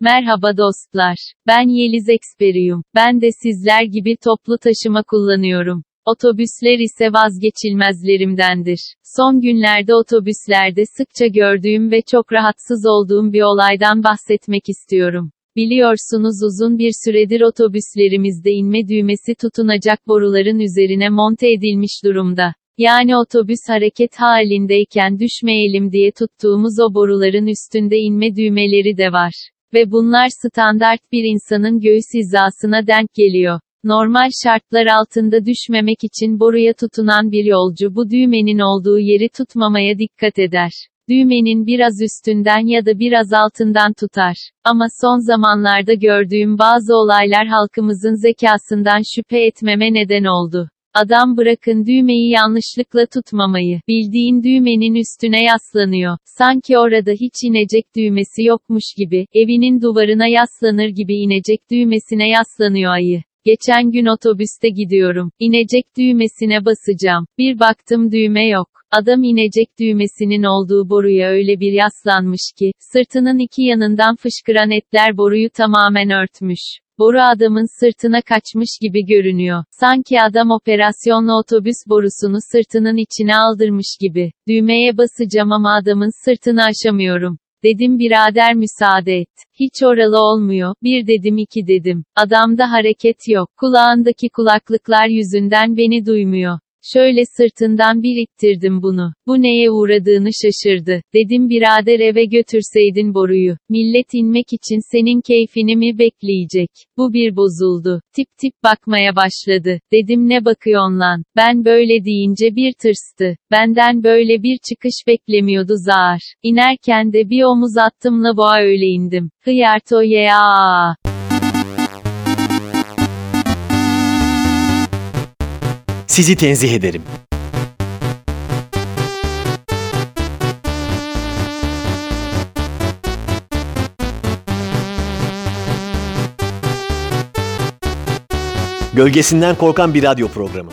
Merhaba dostlar. Ben Yeliz Experium. Ben de sizler gibi toplu taşıma kullanıyorum. Otobüsler ise vazgeçilmezlerimdendir. Son günlerde otobüslerde sıkça gördüğüm ve çok rahatsız olduğum bir olaydan bahsetmek istiyorum. Biliyorsunuz uzun bir süredir otobüslerimizde inme düğmesi tutunacak boruların üzerine monte edilmiş durumda. Yani otobüs hareket halindeyken düşmeyelim diye tuttuğumuz o boruların üstünde inme düğmeleri de var. Ve bunlar standart bir insanın göğüs hizasına denk geliyor. Normal şartlar altında düşmemek için boruya tutunan bir yolcu bu düğmenin olduğu yeri tutmamaya dikkat eder. Düğmenin biraz üstünden ya da biraz altından tutar. Ama son zamanlarda gördüğüm bazı olaylar halkımızın zekasından şüphe etmeme neden oldu. Adam bırakın düğmeyi yanlışlıkla tutmamayı, bildiğin düğmenin üstüne yaslanıyor. Sanki orada hiç inecek düğmesi yokmuş gibi, evinin duvarına yaslanır gibi inecek düğmesine yaslanıyor ayı. Geçen gün otobüste gidiyorum. İnecek düğmesine basacağım. Bir baktım düğme yok. Adam inecek düğmesinin olduğu boruya öyle bir yaslanmış ki, sırtının iki yanından fışkıran etler boruyu tamamen örtmüş. Boru adamın sırtına kaçmış gibi görünüyor. Sanki adam operasyonla otobüs borusunu sırtının içine aldırmış gibi. Düğmeye basacağım ama adamın sırtını aşamıyorum. Dedim birader müsaade et. Hiç oralı olmuyor. Bir dedim iki dedim. Adamda hareket yok. Kulağındaki kulaklıklar yüzünden beni duymuyor. Şöyle sırtından bir ittirdim bunu. Bu neye uğradığını şaşırdı. Dedim birader eve götürseydin boruyu. Millet inmek için senin keyfini mi bekleyecek? Bu bir bozuldu. Tip tip bakmaya başladı. Dedim ne bakıyorsun lan? Ben böyle deyince bir tırstı. Benden böyle bir çıkış beklemiyordu zar. İnerken de bir omuz attımla boğa öyle indim. Hıyarto ya. Sizi tenzih ederim. Gölgesinden korkan bir radyo programı.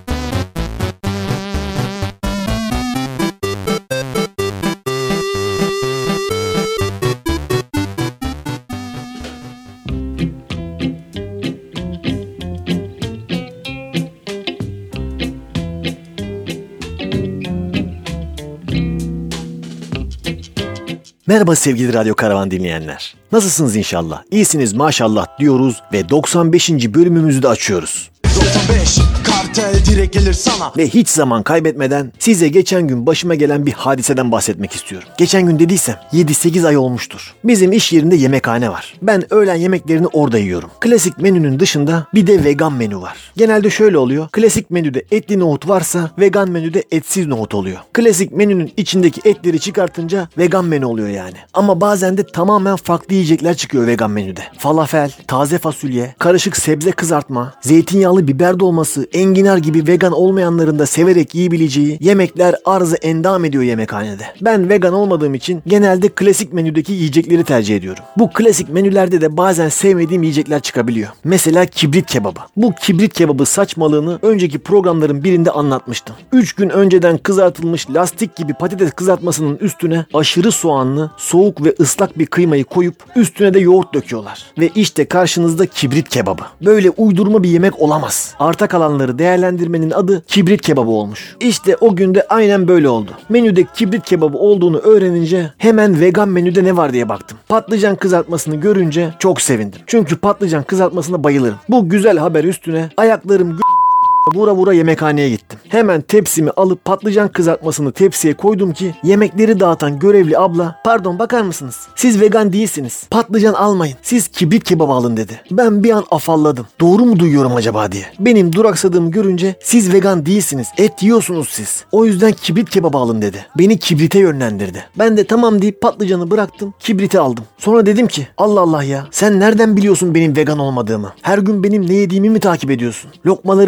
Merhaba sevgili Radyo Karavan dinleyenler. Nasılsınız inşallah? İyisiniz maşallah diyoruz ve 95. bölümümüzü de açıyoruz. 95 kartel direkt gelir sana. Ve hiç zaman kaybetmeden size geçen gün başıma gelen bir hadiseden bahsetmek istiyorum. Geçen gün dediysem 7-8 ay olmuştur. Bizim iş yerinde yemekhane var. Ben öğlen yemeklerini orada yiyorum. Klasik menünün dışında bir de vegan menü var. Genelde şöyle oluyor. Klasik menüde etli nohut varsa vegan menüde etsiz nohut oluyor. Klasik menünün içindeki etleri çıkartınca vegan menü oluyor yani. Ama bazen de tamamen farklı yiyecekler çıkıyor vegan menüde. Falafel, taze fasulye, karışık sebze kızartma, zeytinyağlı biber dolması, enginar gibi vegan olmayanların da severek yiyebileceği yemekler arzı endam ediyor yemekhanede. Ben vegan olmadığım için genelde klasik menüdeki yiyecekleri tercih ediyorum. Bu klasik menülerde de bazen sevmediğim yiyecekler çıkabiliyor. Mesela kibrit kebabı. Bu kibrit kebabı saçmalığını önceki programların birinde anlatmıştım. 3 gün önceden kızartılmış lastik gibi patates kızartmasının üstüne aşırı soğanlı, soğuk ve ıslak bir kıymayı koyup üstüne de yoğurt döküyorlar. Ve işte karşınızda kibrit kebabı. Böyle uydurma bir yemek olamaz. Arta kalanları değerlendirmenin adı kibrit kebabı olmuş. İşte o günde aynen böyle oldu. Menüde kibrit kebabı olduğunu öğrenince hemen vegan menüde ne var diye baktım. Patlıcan kızartmasını görünce çok sevindim. Çünkü patlıcan kızartmasına bayılırım. Bu güzel haber üstüne ayaklarım vura vura yemekhaneye gittim. Hemen tepsimi alıp patlıcan kızartmasını tepsiye koydum ki yemekleri dağıtan görevli abla "Pardon bakar mısınız? Siz vegan değilsiniz. Patlıcan almayın. Siz kibrit kebabı alın" dedi. Ben bir an afalladım. Doğru mu duyuyorum acaba diye. Benim duraksadığımı görünce "Siz vegan değilsiniz. Et yiyorsunuz siz. O yüzden kibrit kebabı alın" dedi. Beni kibrite yönlendirdi. Ben de tamam deyip patlıcanı bıraktım. Kibriti aldım. Sonra dedim ki Allah Allah ya sen nereden biliyorsun benim vegan olmadığımı? Her gün benim ne yediğimi mi takip ediyorsun? Lokmalarımı mı sayıyorsun?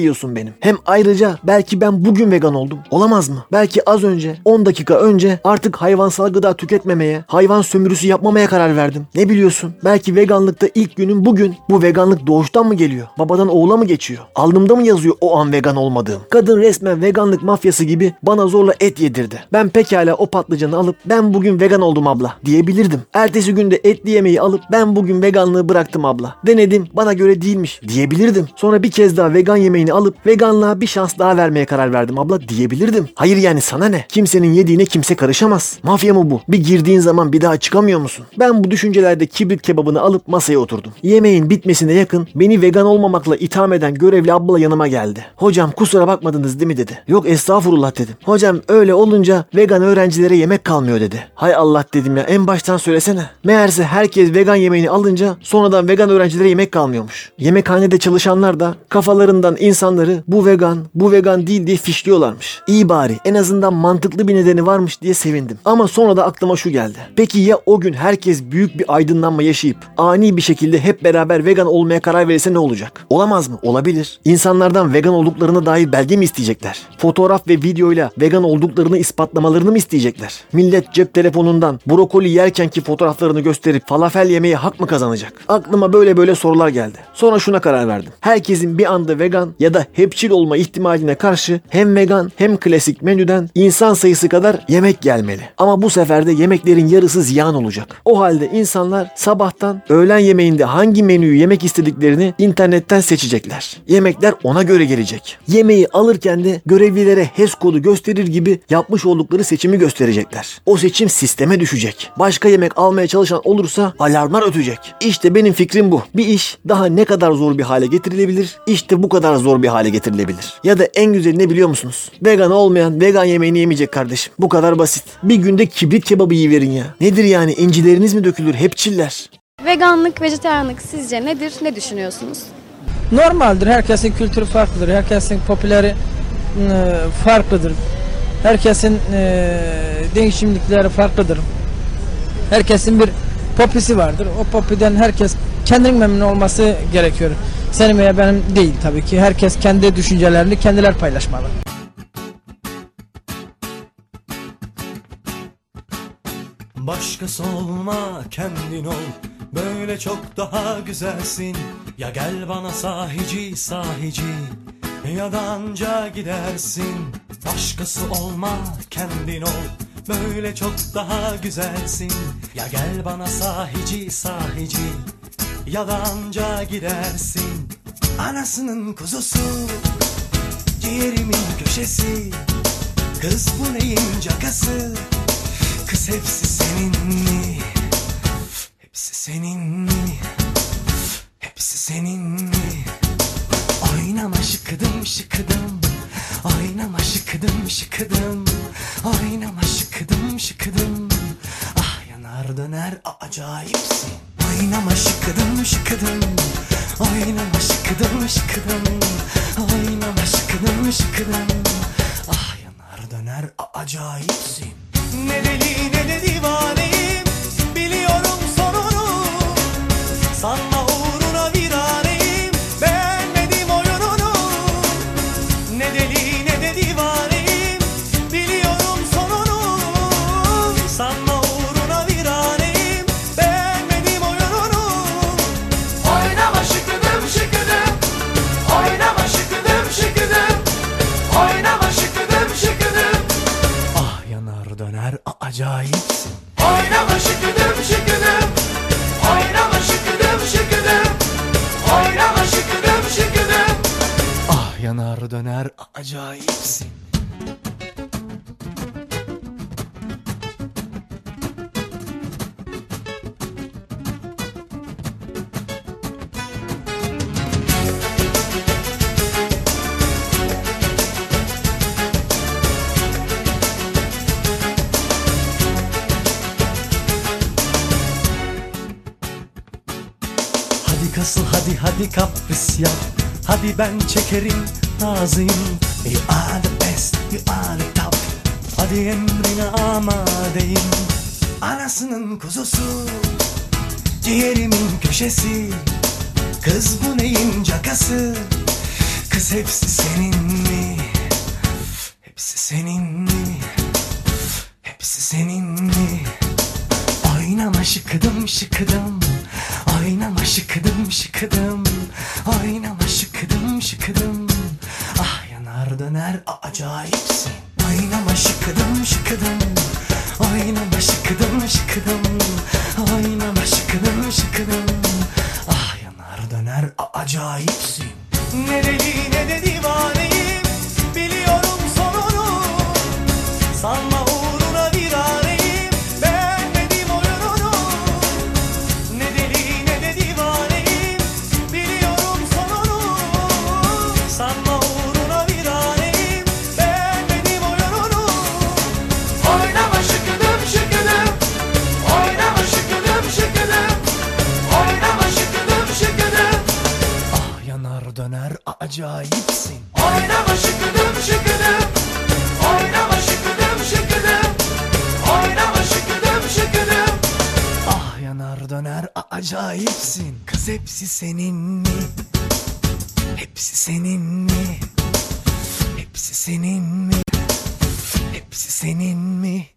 yiyorsun benim. Hem ayrıca belki ben bugün vegan oldum. Olamaz mı? Belki az önce, 10 dakika önce artık hayvansal gıda tüketmemeye, hayvan sömürüsü yapmamaya karar verdim. Ne biliyorsun? Belki veganlıkta ilk günüm bugün. Bu veganlık doğuştan mı geliyor? Babadan oğula mı geçiyor? Alnımda mı yazıyor o an vegan olmadığım? Kadın resmen veganlık mafyası gibi bana zorla et yedirdi. Ben pekala o patlıcanı alıp ben bugün vegan oldum abla diyebilirdim. Ertesi günde etli yemeği alıp ben bugün veganlığı bıraktım abla. Denedim, bana göre değilmiş diyebilirdim. Sonra bir kez daha vegan yemeğini alıp veganlığa bir şans daha vermeye karar verdim abla diyebilirdim. Hayır yani sana ne? Kimsenin yediğine kimse karışamaz. Mafya mı bu? Bir girdiğin zaman bir daha çıkamıyor musun? Ben bu düşüncelerde kibrit kebabını alıp masaya oturdum. Yemeğin bitmesine yakın beni vegan olmamakla itham eden görevli abla yanıma geldi. Hocam kusura bakmadınız değil mi dedi. Yok estağfurullah dedim. Hocam öyle olunca vegan öğrencilere yemek kalmıyor dedi. Hay Allah dedim ya, en baştan söylesene. Meğerse herkes vegan yemeğini alınca sonradan vegan öğrencilere yemek kalmıyormuş. Yemekhanede çalışanlar da kafalarından insanları bu vegan değil diye fişliyorlarmış. İyi bari en azından mantıklı bir nedeni varmış diye sevindim. Ama sonra da aklıma şu geldi. Peki ya o gün herkes büyük bir aydınlanma yaşayıp ani bir şekilde hep beraber vegan olmaya karar verirse ne olacak? Olamaz mı? Olabilir. İnsanlardan vegan olduklarına dair belge mi isteyecekler? Fotoğraf ve videoyla vegan olduklarını ispatlamalarını mı isteyecekler? Millet cep telefonundan brokoli yerkenki fotoğraflarını gösterip falafel yemeye hak mı kazanacak? Aklıma böyle sorular geldi. Sonra şuna karar verdim. Herkesin bir anda vegan ya da hepçil olma ihtimaline karşı hem vegan hem klasik menüden insan sayısı kadar yemek gelmeli. Ama bu sefer de yemeklerin yarısı ziyan olacak. O halde insanlar sabahtan öğlen yemeğinde hangi menüyü yemek istediklerini internetten seçecekler. Yemekler ona göre gelecek. Yemeği alırken de görevlilere HES kodu gösterir gibi yapmış oldukları seçimi gösterecekler. O seçim sisteme düşecek. Başka yemek almaya çalışan olursa alarmlar ötecek. İşte benim fikrim bu. Bir iş daha ne kadar zor bir hale getirilebilir? İşte bu kadar zor bir hale getirilebilir. Ya da en güzeli ne biliyor musunuz? Vegan olmayan vegan yemeğini yemeyecek kardeşim. Bu kadar basit. Bir günde kibrit kebabı yiyiverin ya. Nedir yani, incileriniz mi dökülür? Hepçiller. Veganlık, vejetaryenlik sizce nedir? Ne düşünüyorsunuz? Normaldir. Herkesin kültürü farklıdır. Herkesin popüleri farklıdır. Herkesin değişimlikleri farklıdır. Herkesin bir popisi vardır. O popiden herkes kendinin memnun olması gerekiyor. Senin veya benim değil tabii ki. Herkes kendi düşüncelerini kendiler paylaşmalı. Başkası olma, kendin ol. Böyle çok daha güzelsin. Ya gel bana sahici sahici, ya da anca gidersin. Başkası olma, kendin ol. Böyle çok daha güzelsin. Ya gel bana sahici sahici, ya da anca gidersin. Anasının kuzusu, ciğerimin köşesi. Kız bu neyin cakası? Kız hepsi senin mi? Hepsi senin mi? Hepsi senin mi? Oynama şıkıdım şıkıdım, oynama şıkıdım şıkıdım, oynama şıkıdım şıkıdım. Ah yanar döner acayipsin. Oynama şıkıdım şıkıdım, oynama şıkıdım şıkıdım, oynama şıkıdım şıkıdım. Ah yanar döner acayipsin. Ne deli ne de divaneyim, biliyorum sonunu. Sanma uğruna viraneyim, beğenmedim oyununu. Ne deli ne de divaneyim, biliyorum sonunu. Sanma uğruna viraneyim, beğenmedim oyununu. Oynama şıkıdım şıkıdım, oynama şıkıdım şıkıdım, oynama şıkıdım şıkıdım. Ah yanar döner acayipsin. Oynama şıkıdım şıkıdım, oynama şıkıdım şıkıdım, oynama şıkıdım şıkıdım. Ah yanar döner acayipsin. Hadi kasıl hadi kapris yap. Hadi ben çekerim razıyım. You are the best, you are the top. Hadi emrine amadeyim. Anasının kuzusu, ciğerimin köşesi. Kız bu neyin cakası? Kız hepsi senin mi? Hepsi senin mi? Hepsi senin mi? Oynama şıkıdım şıkıdım, oynama şıkıdım şıkıdım, oynama şıkıdım şıkıdım. Ah yanar döner acayipsin. Oynama şıkıdım şıkıdım, oynama şıkıdım şıkıdım, oynama şıkıdım şıkıdım. Ah yanar döner acayipsin. Ne deli ne de divaneyim, biliyorum sonunu. Sanma uğruna viraneyim, beğenmedim oyununu. Ne deli ne de divaneyim, biliyorum sonunu. Sanma uğruna viraneyim, beğenmedim oyununu. Oynama şıkıdım şıkıdım, oynama şıkıdım şıkıdım, oynama şıkıdım şıkıdım. Ah yanar döner acayipsin. Oynama şıkıdım şıkıdım, oynama şıkıdım şıkıdım, oynama şıkıdım şıkıdım. Ah yanar döner acayipsin. Kız hepsi senin mi? Hepsi senin mi? Hepsi senin mi? Hepsi senin mi?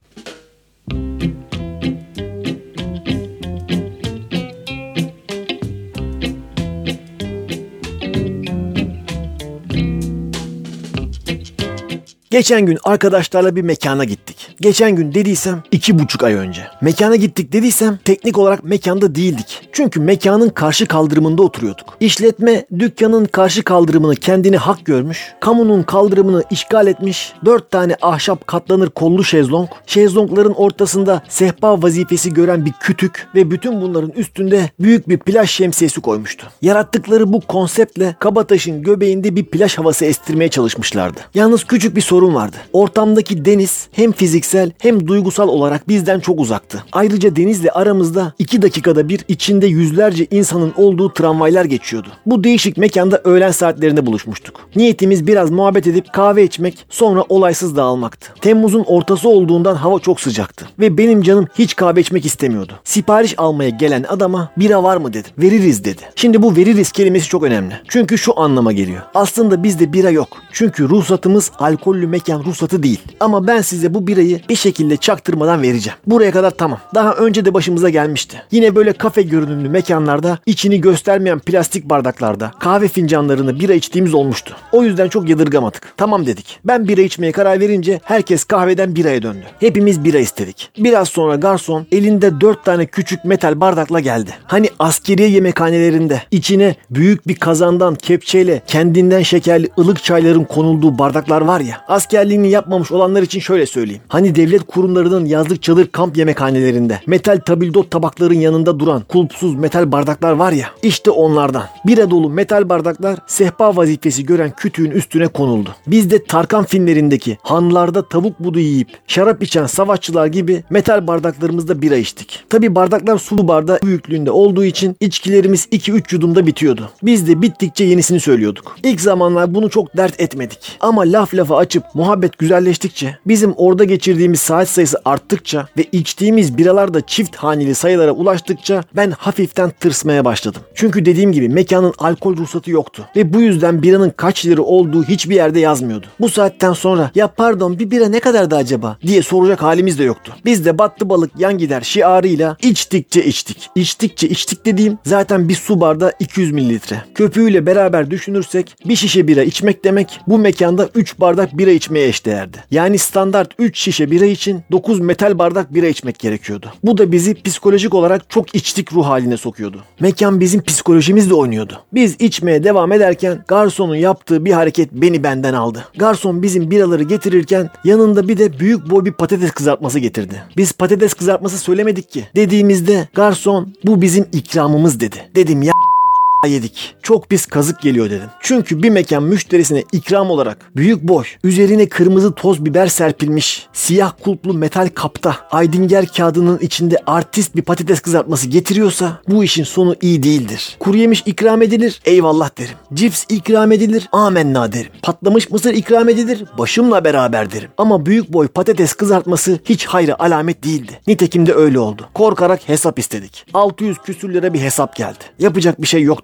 Geçen gün arkadaşlarla bir mekana gittik. Geçen gün dediysem 2,5 ay önce. Mekana gittik dediysem teknik olarak mekanda değildik. Çünkü mekanın karşı kaldırımında oturuyorduk. İşletme dükkanın karşı kaldırımını kendine hak görmüş, kamunun kaldırımını işgal etmiş, 4 tane ahşap katlanır kollu şezlong, şezlongların ortasında sehpa vazifesi gören bir kütük ve bütün bunların üstünde büyük bir plaj şemsiyesi koymuştu. Yarattıkları bu konseptle Kabataş'ın göbeğinde bir plaj havası estirmeye çalışmışlardı. Yalnız küçük bir sorun vardı. Ortamdaki deniz hem fiziksel hem duygusal olarak bizden çok uzaktı. Ayrıca denizle aramızda 2 dakikada bir içinde yüzlerce insanın olduğu tramvaylar geçiyordu. Bu değişik mekanda öğlen saatlerinde buluşmuştuk. Niyetimiz biraz muhabbet edip kahve içmek, sonra olaysız dağılmaktı. Temmuz'un ortası olduğundan hava çok sıcaktı ve benim canım hiç kahve içmek istemiyordu. Sipariş almaya gelen adama bira var mı dedim. Veririz dedi. Şimdi bu veririz kelimesi çok önemli. Çünkü şu anlama geliyor. Aslında bizde bira yok. Çünkü ruhsatımız alkollü mekan ruhsatı değil. Ama ben size bu birayı bir şekilde çaktırmadan vereceğim. Buraya kadar tamam. Daha önce de başımıza gelmişti. Yine böyle kafe görünümlü mekanlarda içini göstermeyen plastik bardaklarda kahve fincanlarını bira içtiğimiz olmuştu. O yüzden çok yadırgamadık. Tamam dedik. Ben bira içmeye karar verince herkes kahveden biraya döndü. Hepimiz bira istedik. Biraz sonra garson elinde 4 tane küçük metal bardakla geldi. Hani askeriye yemekhanelerinde içine büyük bir kazandan kepçeyle kendinden şekerli ılık çayların konulduğu bardaklar var ya. Askerliğini yapmamış olanlar için şöyle söyleyeyim. Hani devlet kurumlarının yazlık çadır kamp yemekhanelerinde metal tabildot tabakların yanında duran kulpsuz metal bardaklar var ya. İşte onlardan. Bira dolu metal bardaklar sehpa vazifesi gören kütüğün üstüne konuldu. Biz de Tarkan filmlerindeki hanlarda tavuk budu yiyip şarap içen savaşçılar gibi metal bardaklarımızda bira içtik. Tabi bardaklar sulu bardağı büyüklüğünde olduğu için içkilerimiz 2-3 yudumda bitiyordu. Biz de bittikçe yenisini söylüyorduk. İlk zamanlar bunu çok dert etmedik. Ama laf lafa açıp muhabbet güzelleştikçe, bizim orada geçirdiğimiz saat sayısı arttıkça ve içtiğimiz biralar da çift haneli sayılara ulaştıkça ben hafiften tırsmaya başladım. Çünkü dediğim gibi mekanın alkol ruhsatı yoktu ve bu yüzden biranın kaç lira olduğu hiçbir yerde yazmıyordu. Bu saatten sonra ya pardon bir bira ne kadardı acaba diye soracak halimiz de yoktu. Biz de battı balık yan gider şiarıyla içtikçe içtik. İçtikçe içtik dediğim zaten bir su bardağı 200 mililitre. Köpüğüyle beraber düşünürsek bir şişe bira içmek demek bu mekanda 3 bardak bira içmeye eşdeğerdi. Yani standart 3 şişe bira için 9 metal bardak bira içmek gerekiyordu. Bu da bizi psikolojik olarak çok içtik ruh haline sokuyordu. Mekan bizim psikolojimizle oynuyordu. Biz içmeye devam ederken garsonun yaptığı bir hareket beni benden aldı. Garson bizim biraları getirirken yanında bir de büyük boy bir patates kızartması getirdi. Biz patates kızartması söylemedik ki. Dediğimizde garson bu bizim ikramımız dedi. Dedim ya yedik. Çok pis kazık geliyor dedim. Çünkü bir mekan müşterisine ikram olarak büyük boy, üzerine kırmızı toz biber serpilmiş, siyah kulplu metal kapta Aydinger kağıdının içinde artist bir patates kızartması getiriyorsa bu işin sonu iyi değildir. Kuru yemiş ikram edilir, eyvallah derim. Cips ikram edilir, amenna derim. Patlamış mısır ikram edilir, başımla beraber derim. Ama büyük boy patates kızartması hiç hayra alamet değildi. Nitekim de öyle oldu. Korkarak hesap istedik. 600 küsür lira bir hesap geldi. Yapacak bir şey yoktu.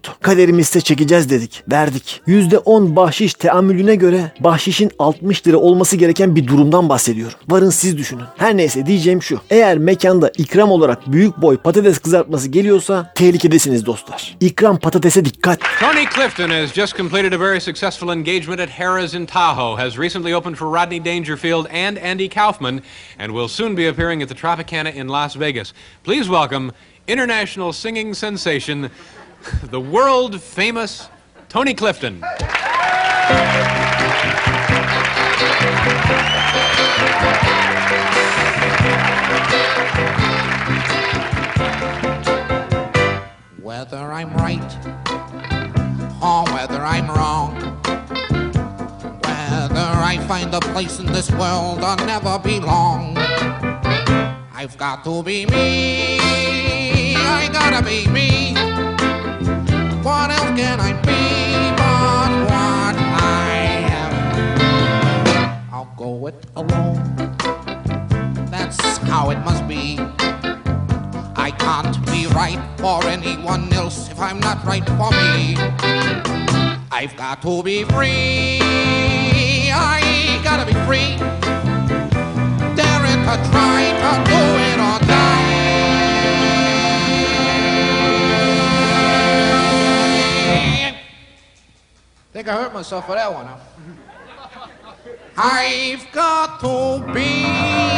yoktu. Kaderimizse çekeceğiz dedik. Verdik. %10 bahşiş teamülüne göre bahşişin 60 lira olması gereken bir durumdan bahsediyorum. Varın siz düşünün. Her neyse diyeceğim şu. Eğer mekanda ikram olarak büyük boy patates kızartması geliyorsa tehlikedesiniz dostlar. İkram patatese dikkat. Tony Clifton has just completed a very successful engagement at Harrah's in Tahoe, has recently opened for Rodney Dangerfield and Andy Kaufman, and will soon be appearing at the Tropicana in Las Vegas. Please welcome international singing sensation, the world-famous Tony Clifton. Whether I'm right or whether I'm wrong, whether I find a place in this world or never belong, I've got to be me, I gotta be me. What else can I be but what I am? I'll go it alone, that's how it must be. I can't be right for anyone else if I'm not right for me. I've got to be free, I gotta be free. Daring to try to do it or die. Think I hurt myself for that one, huh? I've got to be.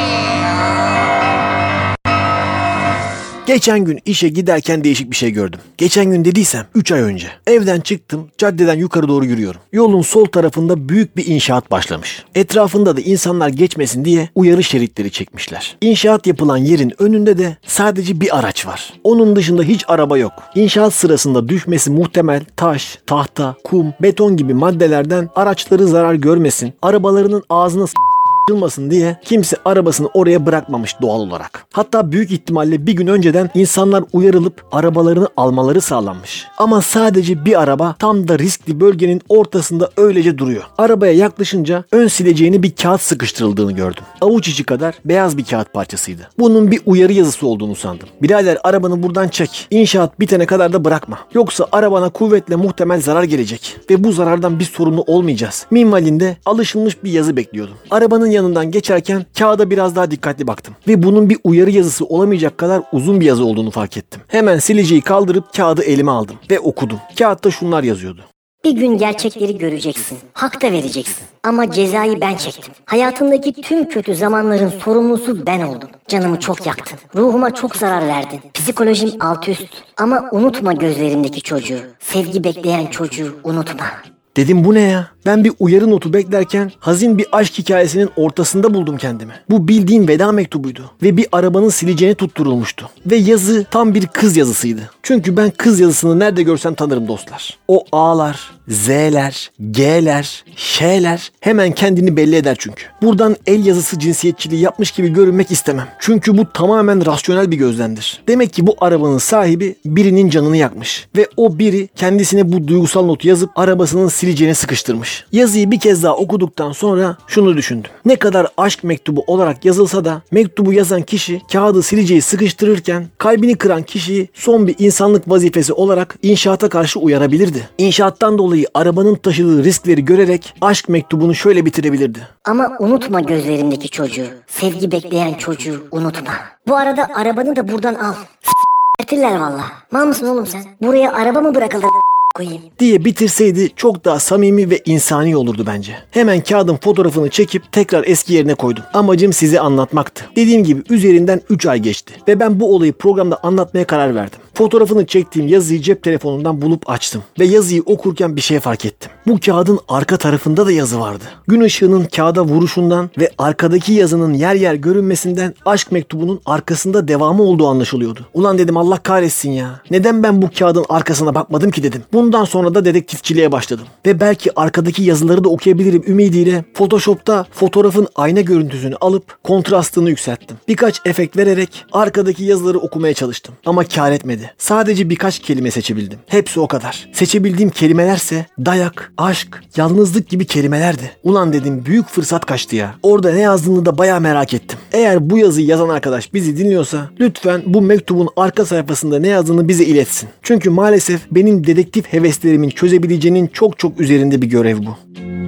Geçen gün işe giderken değişik bir şey gördüm. Geçen gün dediysem 3 ay önce. Evden çıktım, caddeden yukarı doğru yürüyorum. Yolun sol tarafında büyük bir inşaat başlamış. Etrafında da insanlar geçmesin diye uyarı şeritleri çekmişler. İnşaat yapılan yerin önünde de sadece bir araç var. Onun dışında hiç araba yok. İnşaat sırasında düşmesi muhtemel taş, tahta, kum, beton gibi maddelerden araçları zarar görmesin, arabalarının ağzına açılmasın diye kimse arabasını oraya bırakmamış doğal olarak. Hatta büyük ihtimalle bir gün önceden insanlar uyarılıp arabalarını almaları sağlanmış. Ama sadece bir araba tam da riskli bölgenin ortasında öylece duruyor. Arabaya yaklaşınca ön sileceğine bir kağıt sıkıştırıldığını gördüm. Avuç içi kadar beyaz bir kağıt parçasıydı. Bunun bir uyarı yazısı olduğunu sandım. Birader arabanı buradan çek. İnşaat bitene kadar da bırakma. Yoksa arabana kuvvetle muhtemel zarar gelecek. Ve bu zarardan biz sorumlu olmayacağız. Minvalinde alışılmış bir yazı bekliyordum. Arabanın yanından geçerken kağıda biraz daha dikkatli baktım. Ve bunun bir uyarı yazısı olamayacak kadar uzun bir yazı olduğunu fark ettim. Hemen sileceği kaldırıp kağıdı elime aldım ve okudum. Kağıtta şunlar yazıyordu. Bir gün gerçekleri göreceksin. Hak da vereceksin. Ama cezayı ben çektim. Hayatındaki tüm kötü zamanların sorumlusu ben oldum. Canımı çok yaktın. Ruhuma çok zarar verdin. Psikolojim alt üst. Ama unutma gözlerimdeki çocuğu. Sevgi bekleyen çocuğu unutma. Dedim bu ne ya? Ben bir uyarı notu beklerken hazin bir aşk hikayesinin ortasında buldum kendimi. Bu bildiğin veda mektubuydu. Ve bir arabanın sileceğine tutturulmuştu. Ve yazı tam bir kız yazısıydı. Çünkü ben kız yazısını nerede görsem tanırım dostlar. O A'lar, Z'ler, G'ler, Ş'ler hemen kendini belli eder çünkü. Buradan el yazısı cinsiyetçiliği yapmış gibi görünmek istemem. Çünkü bu tamamen rasyonel bir gözlemdir. Demek ki bu arabanın sahibi birinin canını yakmış. Ve o biri kendisine bu duygusal notu yazıp arabasının sileceğine sıkıştırmış. Yazıyı bir kez daha okuduktan sonra şunu düşündüm. Ne kadar aşk mektubu olarak yazılsa da mektubu yazan kişi kağıdı sileceği sıkıştırırken kalbini kıran kişiyi son bir insanlık vazifesi olarak inşaata karşı uyarabilirdi. İnşaattan dolayı arabanın taşıdığı riskleri görerek aşk mektubunu şöyle bitirebilirdi. Ama unutma gözlerimdeki çocuğu. Sevgi bekleyen çocuğu unutma. Bu arada arabanı da buradan al. S**tirler valla. Mal mısın oğlum sen? Buraya araba mı bırakıldı koyayım diye bitirseydi çok daha samimi ve insani olurdu bence. Hemen kağıdın fotoğrafını çekip tekrar eski yerine koydum. Amacım size anlatmaktı. Dediğim gibi üzerinden 3 ay geçti ve ben bu olayı programda anlatmaya karar verdim. Fotoğrafını çektiğim yazıyı cep telefonundan bulup açtım ve yazıyı okurken bir şey fark ettim. Bu kağıdın arka tarafında da yazı vardı. Gün ışığının kağıda vuruşundan ve arkadaki yazının yer yer görünmesinden aşk mektubunun arkasında devamı olduğu anlaşılıyordu. Ulan dedim Allah kahretsin ya. Neden ben bu kağıdın arkasına bakmadım ki dedim. Ondan sonra da dedektifçiliğe başladım. Ve belki arkadaki yazıları da okuyabilirim ümidiyle Photoshop'ta fotoğrafın ayna görüntüsünü alıp kontrastını yükselttim. Birkaç efekt vererek arkadaki yazıları okumaya çalıştım. Ama kâr etmedi. Sadece birkaç kelime seçebildim. Hepsi o kadar. Seçebildiğim kelimelerse dayak, aşk, yalnızlık gibi kelimelerdi. Ulan dedim, büyük fırsat kaçtı ya. Orada ne yazdığını da bayağı merak ettim. Eğer bu yazıyı yazan arkadaş bizi dinliyorsa lütfen bu mektubun arka sayfasında ne yazdığını bize iletsin. Çünkü maalesef benim dedektif heveslerimin çözebileceğinin çok çok üzerinde bir görev bu.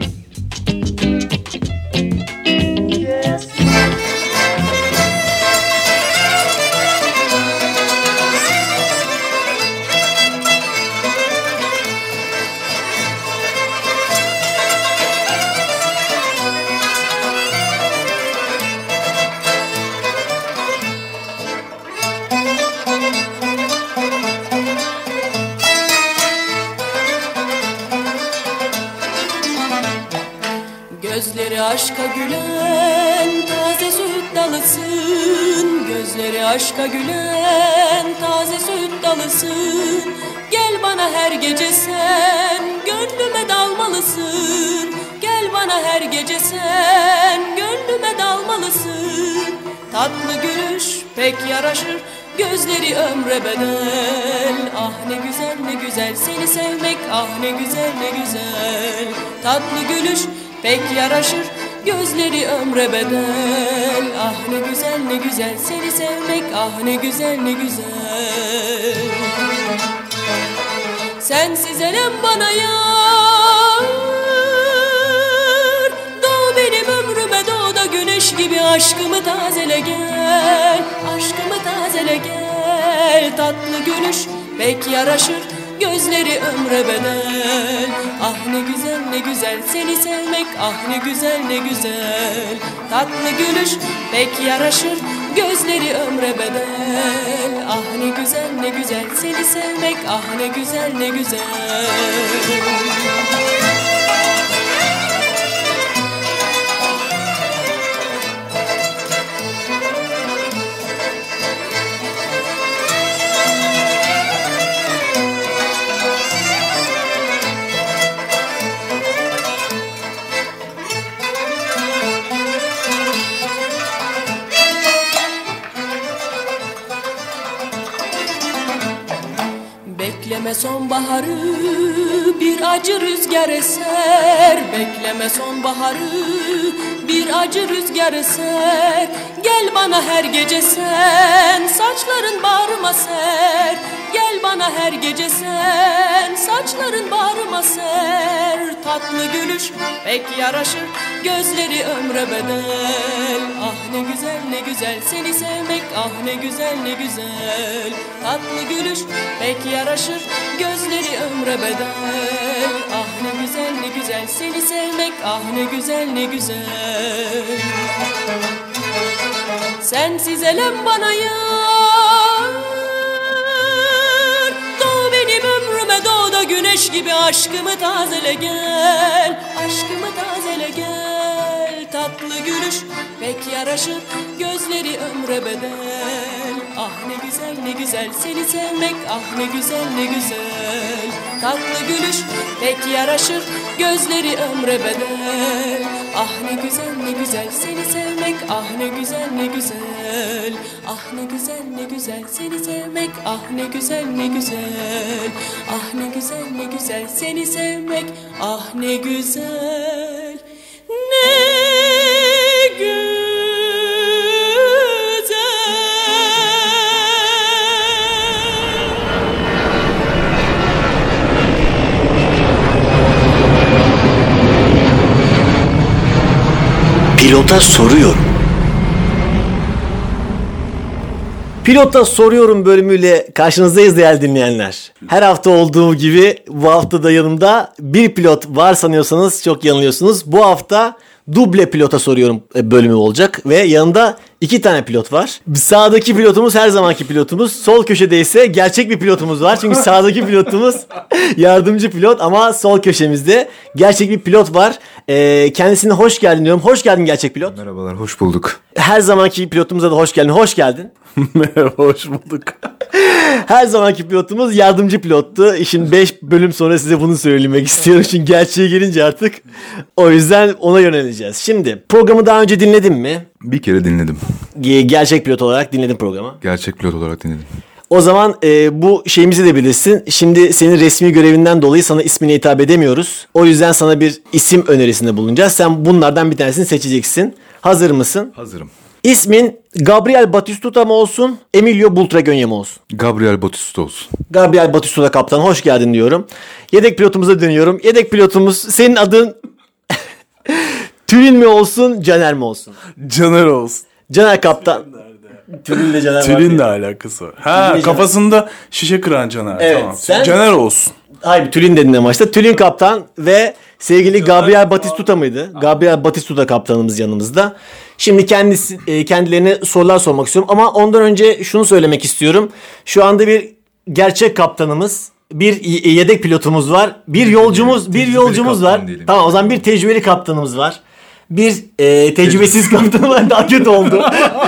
Gözleri aşka gülen taze süt dalısın. Gözleri aşka gülen taze süt dalısın. Gel bana her gece sen gönlüme dalmalısın. Gel bana her gece sen gönlüme dalmalısın. Tatlı gülüş pek yaraşır, gözleri ömre bedel. Ah ne güzel ne güzel seni sevmek, ah ne güzel ne güzel. Tatlı gülüş pek yaraşır, gözleri ömre bedel. Ah ne güzel ne güzel seni sevmek, ah ne güzel ne güzel. Sensiz elem bana yar, doğ benim ömrüme, doğ da güneş gibi aşkımı tazele gel. Aşkımı tazele gel. Tatlı gülüş pek yaraşır, gözleri ömre bedel. Ah ne güzel ne güzel seni sevmek, ah ne güzel ne güzel. Tatlı gülüş pek yaraşır, gözleri ömre bedel. Ah ne güzel ne güzel seni sevmek, ah ne güzel ne güzel. Bekleme sonbaharı, bir acı rüzgar eser. Bekleme sonbaharı, bir acı rüzgar eser. Gel bana her gece sen, saçların bağrıma ser. Gel bana her gece sen, saçların bağrıma ser. Tatlı gülüş pek yaraşır, gözleri ömre bedel. Ah ne güzel ne güzel seni sevmek, ah ne güzel ne güzel. Tatlı gülüş pek yaraşır, gözleri ömre bedel. Ah ne güzel ne güzel seni sevmek, ah ne güzel ne güzel. Sensiz elem bana yar, doğ benim ömrüme, doğ da güneş gibi aşkımı tazele gel. Aşkımı tazele gel. Tatlı gülüş pek yaraşır, gözleri ömre bedel. Ah ne güzel ne güzel seni sevmek, ah ne güzel ne güzel. Tatlı gülüş pek yaraşır, gözleri ömre bedel. Ah ne güzel ne güzel seni sevmek, ah ne güzel ne güzel. Ah ne güzel ne güzel seni sevmek, ah ne güzel ne güzel. Ah ne güzel ne güzel seni sevmek, ah ne güzel ne güzel. Pilota soruyorum. Pilota soruyorum bölümüyle karşınızdayız değerli dinleyenler. Her hafta olduğu gibi bu hafta da yanımda bir pilot var sanıyorsanız çok yanılıyorsunuz. Bu hafta duble pilota soruyorum bölümü olacak ve yanında 2 tane pilot var. Sağdaki pilotumuz her zamanki pilotumuz. Sol köşede ise gerçek bir pilotumuz var. Çünkü sağdaki pilotumuz yardımcı pilot ama sol köşemizde gerçek bir pilot var. Kendisine hoş geldin diyorum. Hoş geldin gerçek pilot. Merhabalar, hoş bulduk. Her zamanki pilotumuza da hoş geldin. Hoş geldin. Merhaba, hoş bulduk. Her zamanki pilotumuz yardımcı pilottu. İşin 5 bölüm sonra size bunu söylemek istiyorum. Çünkü gerçeğe gelince artık o yüzden ona yöneleceğiz. Şimdi programı daha önce dinledin mi? Bir kere dinledim. Gerçek pilot olarak dinledim programı. Gerçek pilot olarak dinledim. O zaman bu şeyimizi de bilirsin. Şimdi senin resmi görevinden dolayı sana ismine hitap edemiyoruz. O yüzden sana bir isim önerisinde bulunacağız. Sen bunlardan bir tanesini seçeceksin. Hazır mısın? Hazırım. İsmin Gabriel Batistuta mı olsun, Emilio Butragueño mu olsun? Gabriel Batistuta olsun. Gabriel Batistuta kaptan, hoş geldin diyorum. Yedek pilotumuza dönüyorum. Yedek pilotumuz, senin adın Tülin mi olsun, Caner mi olsun? Caner olsun. Caner kaptan. Tülin Caner var. Tülin de alakası var. Ha, Tülin kafasında şişe kıran Caner. Evet, Tamam. sen- Caner olsun. Hayır, Tülin dedin en başta. Tülin kaptan ve sevgili Gabriel Batistuta mıydı? Gabriel Batistuta kaptanımız yanımızda. Şimdi kendilerine sorular sormak istiyorum. Ama ondan önce şunu söylemek istiyorum. Şu anda bir gerçek kaptanımız, bir yedek pilotumuz var. Bir yolcumuz var. diyelim. Tamam, o zaman bir tecrübeli kaptanımız var. Bir tecrübesiz kaptanım var. Daha kötü oldu.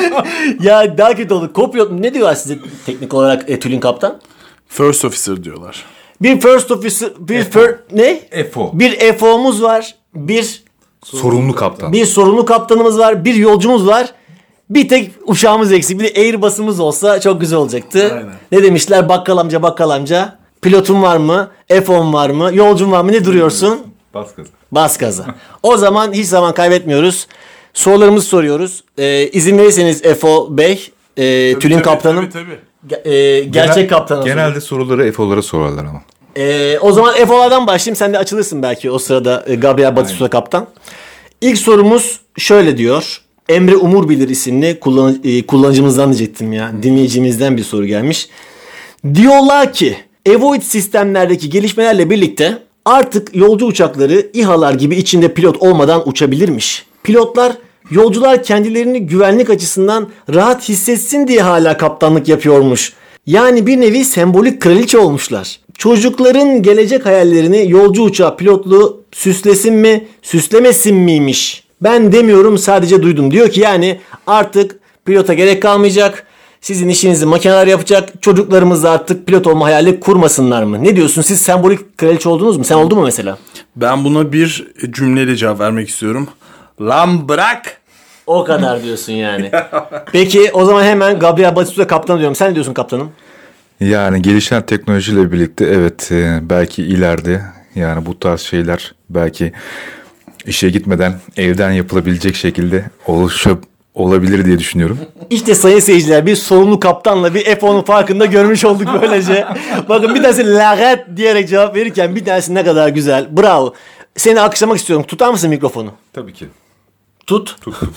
Ya daha kötü oldu. Kopilot ne diyorlar size teknik olarak Tülin kaptan? First officer diyorlar. Bir first officer, ne? FO. Bir FO'muz var. Bir Sorumlu kaptan. sorumlu kaptanımız var. Bir yolcumuz var. Bir tek uçağımız eksik. Bir de Airbus'umuz olsa çok güzel olacaktı. Aynen. Ne demişler? Bakkal amca. Pilotun var mı? FO'm var mı? Yolcun var mı? Ne duruyorsun? Bas gaza. Bas gaza. O zaman hiç zaman kaybetmiyoruz. Sorularımızı soruyoruz. İzin verirseniz FO Bey, Tülin kaptanım. Tabii. Gerçek kaptanım. Genelde soruları FO'lara sorarlar ama. O zaman FO'lardan başlayayım. Sen de açılırsın belki o sırada Gabriel Batistuta kaptan. İlk sorumuz şöyle diyor. Emre Umur Bilir isimli kullanıcımızdan diyecektim ya. Dinleyicimizden bir soru gelmiş. Diyorlar ki Evoid sistemlerdeki gelişmelerle birlikte artık yolcu uçakları İHA'lar gibi içinde pilot olmadan uçabilirmiş. Pilotlar yolcular kendilerini güvenlik açısından rahat hissetsin diye hala kaptanlık yapıyormuş. Yani bir nevi sembolik kraliçe olmuşlar. Çocukların gelecek hayallerini yolcu uçağı pilotluğu süslesin mi, süslemesin miymiş? Ben demiyorum, sadece duydum. Diyor ki yani artık pilota gerek kalmayacak. Sizin işinizi makineler yapacak. Çocuklarımız da artık pilot olma hayali kurmasınlar mı? Ne diyorsun? Siz sembolik kraliçe oldunuz mu? Sen oldun mu mesela? Ben buna bir cümleyle cevap vermek istiyorum. Lan bırak. O kadar diyorsun yani. Peki o zaman hemen Gabriel Batistuta kaptan diyorum. Sen ne diyorsun kaptanım? Yani gelişen teknolojiyle birlikte evet belki ileride yani bu tarz şeyler belki işe gitmeden evden yapılabilecek şekilde olabilir diye düşünüyorum. İşte sayın seyirciler, bir sorumlu kaptanla bir F10'un farkında görmüş olduk böylece. Bakın bir tanesi lanet diyerek cevap verirken bir tanesi ne kadar güzel. Bravo. Seni alkışlamak istiyorum. Tutar mısın mikrofonu? Tabii ki. Tut.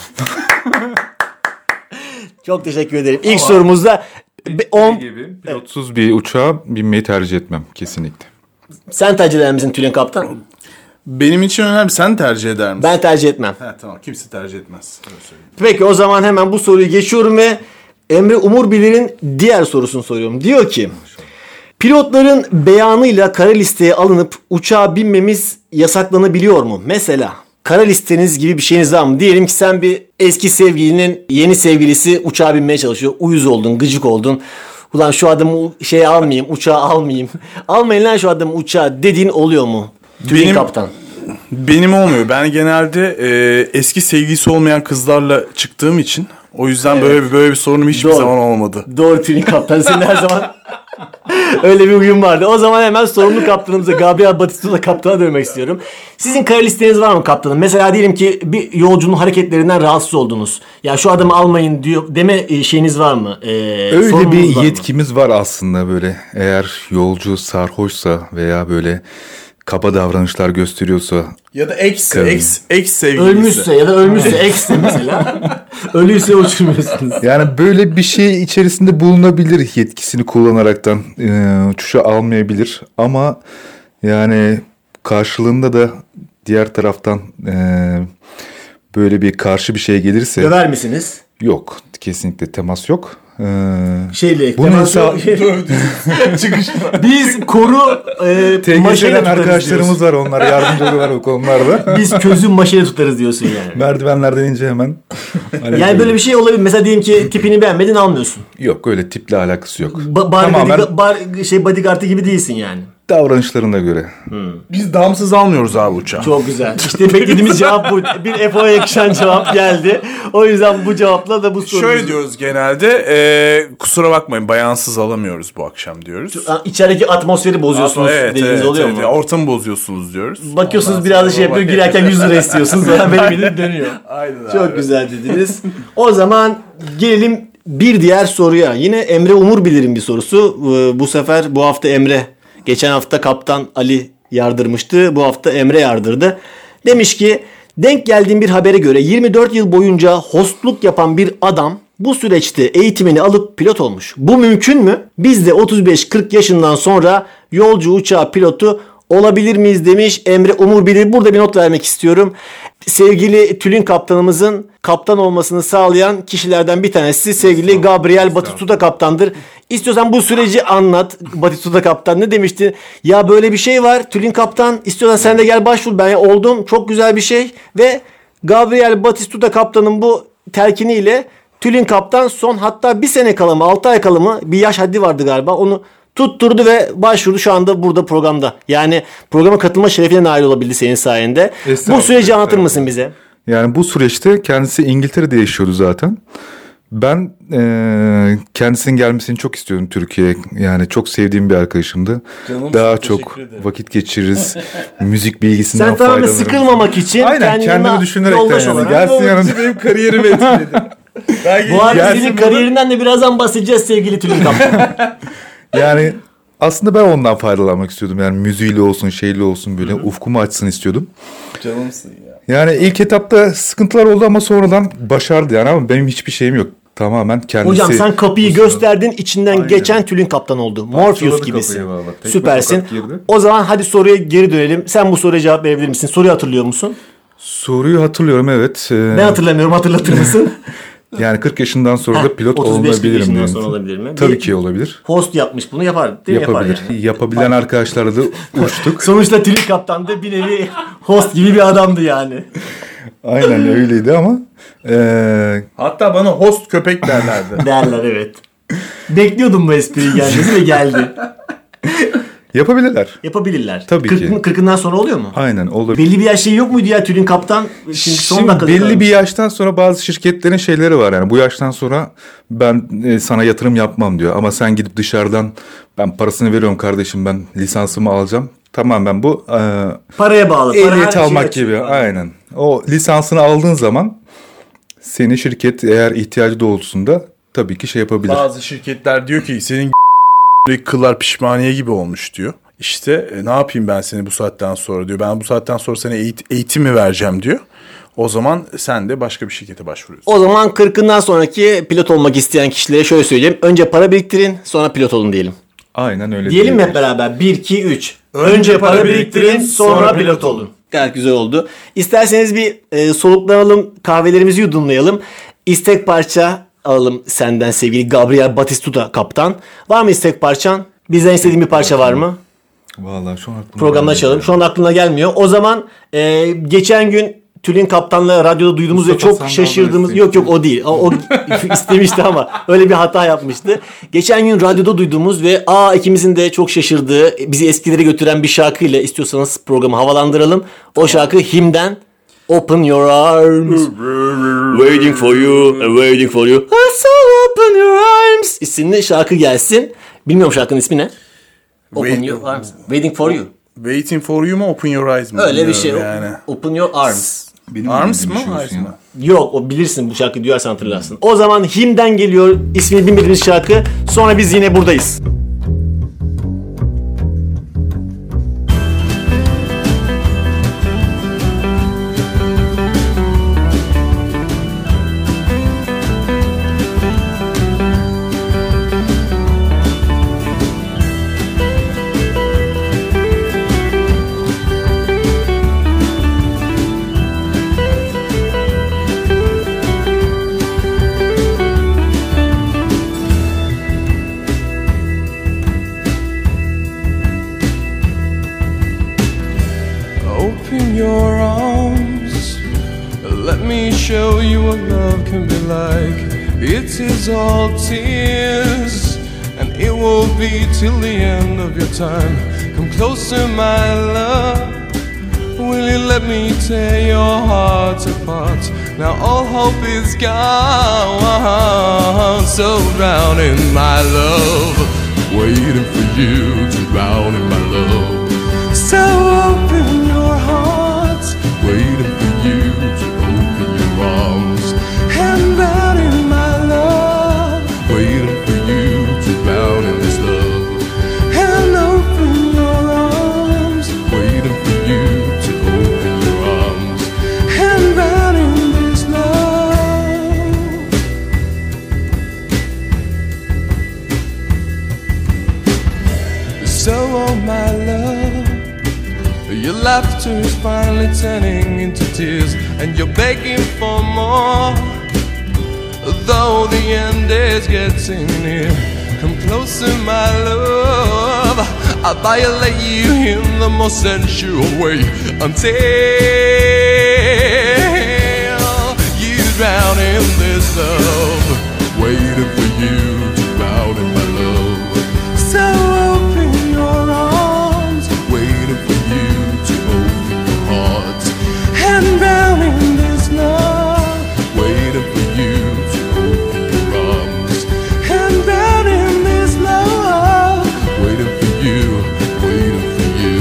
Çok teşekkür ederim. İlk sorumuzda pilotsuz bir uçağa binmeyi tercih etmem kesinlikle. Sen tercih eder misin Tülin kaptan? Benim için önemli. Sen tercih eder misin? Ben tercih etmem. He, tamam. Kimse tercih etmez. Öyle söyleyeyim. Peki o zaman hemen bu soruyu geçiyorum ve Emre Umur Bilir'in diğer sorusunu soruyorum. Diyor ki pilotların beyanıyla kara listeye alınıp uçağa binmemiz yasaklanabiliyor mu? Mesela kara listeniz gibi bir şeyiniz var mı? Diyelim ki sen bir eski sevgilinin yeni sevgilisi uçağa binmeye çalışıyor. Uyuz oldun, gıcık oldun. Ulan şu adamı almayayım, uçağa almayayım. Almayın lan şu adamı uçağa dediğin oluyor mu? Tülin kaptan. Benim olmuyor. Ben genelde eski sevgilisi olmayan kızlarla çıktığım için o yüzden böyle bir sorunum hiçbir zaman olmadı. Doğru Tülin kaptan. Senin her zaman öyle bir uyum vardı. O zaman hemen sorumlu kaptanımıza Gabriel Batistuta kaptana dönmek istiyorum. Sizin kara listeniz var mı kaptanım? Mesela diyelim ki bir yolcunun hareketlerinden rahatsız oldunuz. Ya şu adamı almayın diyor deme şeyiniz var mı? Öyle bir yetkimiz var aslında böyle. Eğer yolcu sarhoşsa veya böyle kaba davranışlar gösteriyorsa ya da ex sevgilisi. Ölmüşse ya da ölmüşse ex'se mesela. Ölüyse uçurmuyorsunuz. Yani böyle bir şey içerisinde bulunabilir yetkisini kullanaraktan uçuşa almayabilir ama yani karşılığında da diğer taraftan böyle bir karşı bir şey gelirse döver misiniz? Yok, kesinlikle temas yok. Şeyle. Bunu hesap... Biz koru maşayla tutarız arkadaşlarımız diyorsun. var, onlar yardımcı oluyorlar o konularda. Biz közün maşayla tutarız diyorsun yani. Merdivenlerden ince hemen. Yani böyle bir şey olabilir. Mesela diyelim ki tipini beğenmedin, almıyorsun. Yok, öyle tiple alakası yok. Tamamen bodyguard'ı gibi değilsin yani. Davranışlarına göre. Biz damsız almıyoruz abi uçağı. Çok güzel. İşte beklediğimiz cevap bu. Bir FO'ya yakışan cevap geldi. O yüzden bu cevapla da bu soruyu... Şöyle diyoruz genelde. Kusura bakmayın, bayansız alamıyoruz bu akşam diyoruz. İçerideki atmosferi bozuyorsunuz dediğiniz oluyor mu? Ortamı bozuyorsunuz diyoruz. Bakıyorsunuz ondan biraz da şey yapıyor. Girerken 100 lira istiyorsunuz. Sonra benim dönüyor. Aynen Çok abi. güzel dediniz. O zaman gelelim bir diğer soruya. Yine Emre Umur Bilir'in bir sorusu. Bu sefer bu hafta Emre. Geçen hafta kaptan Ali yardırmıştı. Bu hafta Emre yardırdı. Demiş ki, denk geldiğim bir habere göre 24 yıl boyunca hostluk yapan bir adam bu süreçte eğitimini alıp pilot olmuş. Bu mümkün mü? Biz de 35-40 yaşından sonra yolcu uçağı pilotu olabilir miyiz demiş Emre Umur Bilir. Burada bir not vermek istiyorum. Sevgili Tülin kaptanımızın kaptan olmasını sağlayan kişilerden bir tanesi sevgili Gabriel Batistuta kaptandır. İstiyorsan bu süreci anlat. Batistuta kaptan ne demişti? Ya böyle bir şey var Tülin kaptan, istiyorsan sen de gel başvur. Ben oldum, çok güzel bir şey. Ve Gabriel Batistuta kaptanın bu telkiniyle Tülin kaptan son hatta bir sene kala mı 6 ay kala mı, bir yaş haddi vardı galiba, onu tutturdu ve başvurdu, şu anda burada programda. Yani programa katılma şerefine nail olabildi senin sayende. Bu süreci anlatır mısın bize? Yani bu süreçte kendisi İngiltere'de yaşıyordu zaten. Ben kendisinin gelmesini çok istiyordum Türkiye'ye. Yani çok sevdiğim bir arkadaşımdı. Canım, daha çok vakit geçiririz. Müzik bilgisinden sen tamamen faydalanırız. sıkılmamak için kendimi düşünerek yoldaş yani. olarak. Gelsin yanımda. Benim kariyerimi etkiledi. Bu arada senin kariyerinden de birazdan bahsedeceğiz sevgili Tülin kaptan. Yani aslında ben ondan faydalanmak istiyordum. Yani müziğiyle olsun, şeyle olsun, böyle ufkumu açsın istiyordum. Canımsın ya. Yani ilk etapta sıkıntılar oldu ama sonradan başardı yani, ama benim hiçbir şeyim yok. Tamamen kendisi... Hocam sen kapıyı gösterdin, içinden Aynen. geçen Tülin kaptan oldu. Morpheus gibisin. Vallahi. Süpersin. O zaman hadi soruya geri dönelim. Sen bu soruya cevap verebilir misin? Soruyu hatırlıyor musun? Soruyu hatırlıyorum, evet. Ben hatırlamıyorum, hatırlatır mısın? Yani 40 yaşından sonra da pilot 35 olabilirim. yaşından sonra olabilir mi? Tabii ki olabilir. Host yapmış bunu, yapar değil mi? Yapabilir. Yapar yani. Yapabilen arkadaşlarla da uçtuk. Sonuçta Tülin kaptan da bir nevi host gibi bir adamdı yani. Aynen öyleydi ama. Hatta bana host köpek derlerdi. Derler, evet. Bekliyordum bu espriyi gelmesi ve geldi. Yapabilirler. Tabii ki. 40'ından sonra oluyor mu? Aynen olur. Belli bir yaş şeyi yok muydu ya Tülin kaptan? Şimdi belli bir yaştan sonra bazı şirketlerin şeyleri var yani, bu yaştan sonra ben sana yatırım yapmam diyor, ama sen gidip dışarıdan ben parasını veriyorum kardeşim, ben lisansımı alacağım. Tamamen bu paraya bağlı. Ehliyet almak gibi. Aynen. O lisansını aldığın zaman seni şirket eğer ihtiyacı doğrultusunda tabii ki şey yapabilir. Bazı şirketler diyor ki senin kıllar pişmaniye gibi olmuş diyor. İşte ne yapayım ben seni bu saatten sonra diyor. Ben bu saatten sonra sana eğitim mi vereceğim diyor. O zaman sen de başka bir şirkete başvuruyorsun. O zaman 40'ından sonraki pilot olmak isteyen kişilere şöyle söyleyeyim. Önce para biriktirin, sonra pilot olun diyelim. Aynen öyle. Diyelim mi hep beraber? 1, 2, 3. Önce para biriktirin, sonra pilot olun. Gayet güzel oldu. İsterseniz bir soluklanalım, kahvelerimizi yudumlayalım. İstek parça alalım senden sevgili Gabriel Batistuta kaptan. Var mı istek parçan? Bizden istediğin bir parça var mı? Vallahi şu an aklımda programda açalım. Şu an aklına gelmiyor. O zaman geçen gün Tülin kaptanla radyoda duyduğumuz ve çok şaşırdığımız... Yok o değil. O istemişti ama öyle bir hata yapmıştı. Geçen gün radyoda duyduğumuz ve ikimizin de çok şaşırdığı, bizi eskilere götüren bir şarkıyla istiyorsanız programı havalandıralım. O şarkı Him'den Open Your Arms. Waiting for you, waiting for you. So open your arms isimli şarkı gelsin. Bilmiyorum şarkının ismi ne? Open Your Arms. Waiting for you. Waiting for you mu, Open Your Eyes mı? Öyle bir şey. Yani. Open Your Arms. Arms mı? Eyes mi? Yok, o bilirsin, bu şarkıyı duyarsan hatırlarsın. O zaman Him'den geliyor ismini bilmediğimiz şarkı. Sonra biz yine buradayız. open your arms. Let me show you what love can be like. It is all tears, and it will be till the end of your time. Come closer, my love. Will you let me tear your heart apart? Now all hope is gone. So drown in my love, waiting for you to drown in my love. So open your heart, waiting for you to open your arms. And drown in my love, waiting for you to drown in this love. And open your arms, waiting for you to open your arms. And drown in this love. So oh my love, your laughter is finally turning into tears, and you're begging for more. Though the end is getting near, come closer, my love. I'll violate you in the most sensual way until you drown in this love, waiting for you to drown in my love. So open your arms, waiting for you to open your heart, and drown in this love, waiting for you to open your arms, and drown in this love, waiting for you, waiting for you.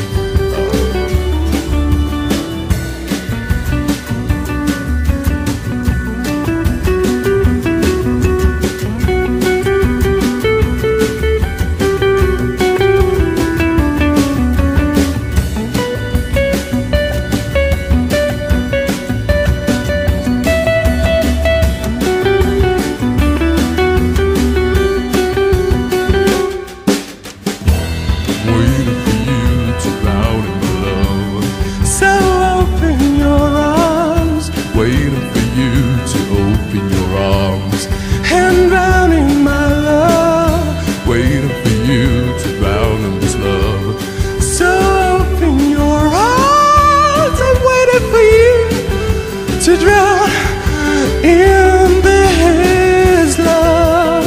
Waiting for you to drown in my love. So open your arms, waiting for you to open your arms, and drown in my love, waiting for you to drown in this love. So open your arms, I'm waiting for you to drown in this love.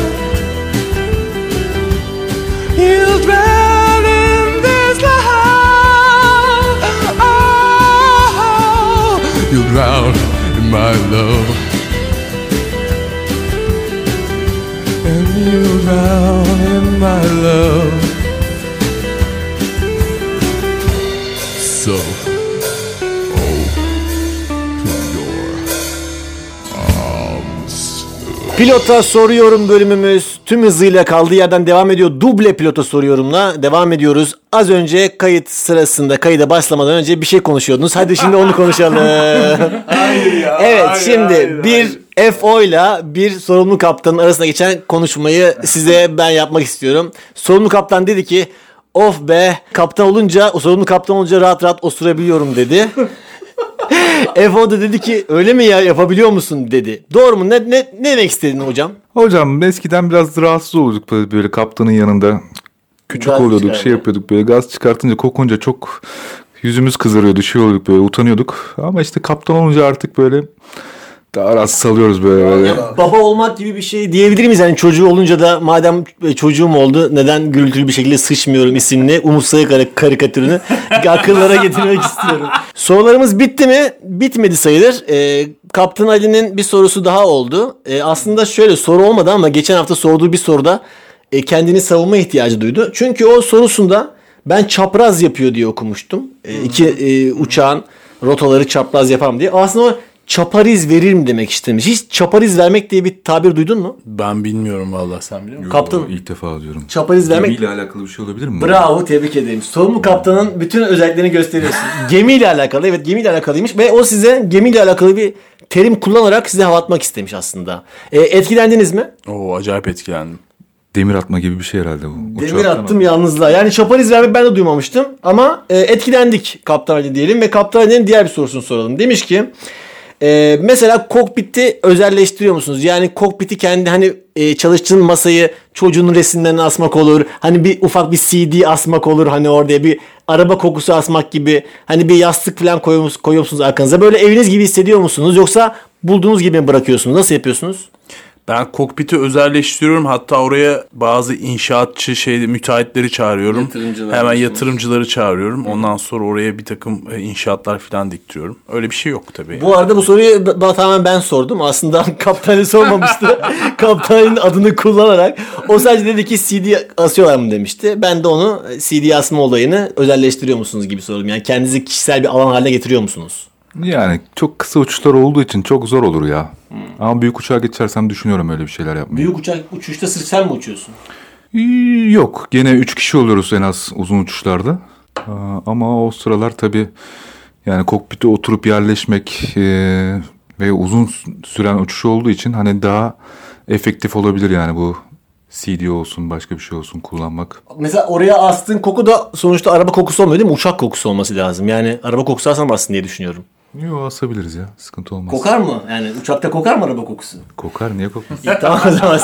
You'll drown in this love. Oh, you'll drown in my love, and you'll drown in my love. So open your arms. Pilota soruyorum bölümümüz tüm hızıyla kaldığı yerden devam ediyor. Duble pilota soruyorumla devam ediyoruz. Az önce kayıt sırasında kayıda başlamadan önce bir şey konuşuyordunuz. Hadi şimdi onu konuşalım. Hayır ya. Evet hayır, şimdi hayır, bir FO ile bir sorumlu kaptanın arasında geçen konuşmayı size ben yapmak istiyorum. Sorumlu kaptan dedi ki of be kaptan olunca o sorumlu kaptan olunca rahat rahat osurabiliyorum dedi. FO da dedi ki öyle mi ya yapabiliyor musun dedi. Doğru mu? Ne demek istedin hocam? Hocam eskiden biraz rahatsız olurduk böyle kaptanın yanında. Küçük Gaz oluyorduk, çıkardı. şey yapıyorduk böyle gaz çıkartınca kokunca çok yüzümüz kızarıyordu, şey oluyorduk böyle utanıyorduk. Ama işte kaptan olunca artık böyle daha rahat salıyoruz böyle. Baba olmak gibi bir şey diyebilir miyiz? Yani çocuğu olunca da madem çocuğum oldu neden gürültülü bir şekilde sıçmıyorum isimli Umut Sayık karikatürünü akıllara getirmek istiyorum. Sorularımız bitti mi? Bitmedi sayılır. Kaptan Ali'nin bir sorusu daha oldu. Aslında şöyle soru olmadı ama geçen hafta sorduğu bir soruda kendini savunma ihtiyacı duydu. Çünkü o sorusunda ben çapraz yapıyor diye okumuştum. İki uçağın rotaları çapraz yapam diye. Aslında o çapariz verir mi demek istemiş. Hiç çapariz vermek diye bir tabir duydun mu? Ben bilmiyorum vallahi, sen biliyor musun? Kaptan İlk defa diyorum. çapariz vermek. Gemiyle alakalı bir şey olabilir mi? Bravo, tebrik ederim. Sorumlu kaptanın bütün özelliklerini gösteriyorsun. Gemiyle alakalı, evet gemiyle alakalıymış ve o size gemiyle alakalı bir terim kullanarak size hava atmak istemiş aslında. Etkilendiniz mi? Oo, acayip etkilendim. Demir atma gibi bir şey herhalde bu. Demir attım yalnızlığa. Yani çapariz vermek ben de duymamıştım ama etkilendik Kaptan Ali diyelim ve Kaptan Ali'nin diğer bir sorusunu soralım. Demiş ki Mesela kokpiti özelleştiriyor musunuz? Yani kokpiti kendi hani çalıştığın masayı çocuğun resimlerini asmak olur. Hani bir ufak bir CD asmak olur. Hani oraya bir araba kokusu asmak gibi. Hani bir yastık falan koyuyor musunuz arkanıza? Böyle eviniz gibi hissediyor musunuz? Yoksa bulduğunuz gibi mi bırakıyorsunuz? Nasıl yapıyorsunuz? Ben kokpiti özelleştiriyorum. Hatta oraya bazı inşaatçı müteahhitleri çağırıyorum. Hemen yatırımcıları çağırıyorum. Ondan sonra oraya bir takım inşaatlar falan diktiriyorum. Öyle bir şey yok tabii. Bu arada bu soruyu tamamen ben sordum. Aslında kaptanı sormamıştı. Kaptanın adını kullanarak. O sadece dedi ki CD asıyorlar mı demişti. Ben de onu CD asma olayını özelleştiriyor musunuz gibi sordum. Yani kendinizi kişisel bir alan haline getiriyor musunuz? Yani çok kısa uçuşlar olduğu için çok zor olur ya. Ama büyük uçağa geçersem düşünüyorum öyle bir şeyler yapmayı. Büyük uçuşta sırf sen mi uçuyorsun? Yok. Gene 3 kişi oluyoruz en az uzun uçuşlarda. Ama o sıralar tabii yani kokpite oturup yerleşmek ve uzun süren uçuş olduğu için hani daha efektif olabilir yani bu CD olsun başka bir şey olsun kullanmak. Mesela oraya astığın koku da sonuçta araba kokusu olmuyor değil mi? Uçak kokusu olması lazım. Yani araba kokusu asamazsın diye düşünüyorum. Yok asabiliriz ya. Sıkıntı olmaz. Kokar mı? Yani uçakta kokar mı araba kokusu? Kokar. Niye kokmaz? Tamam o zaman.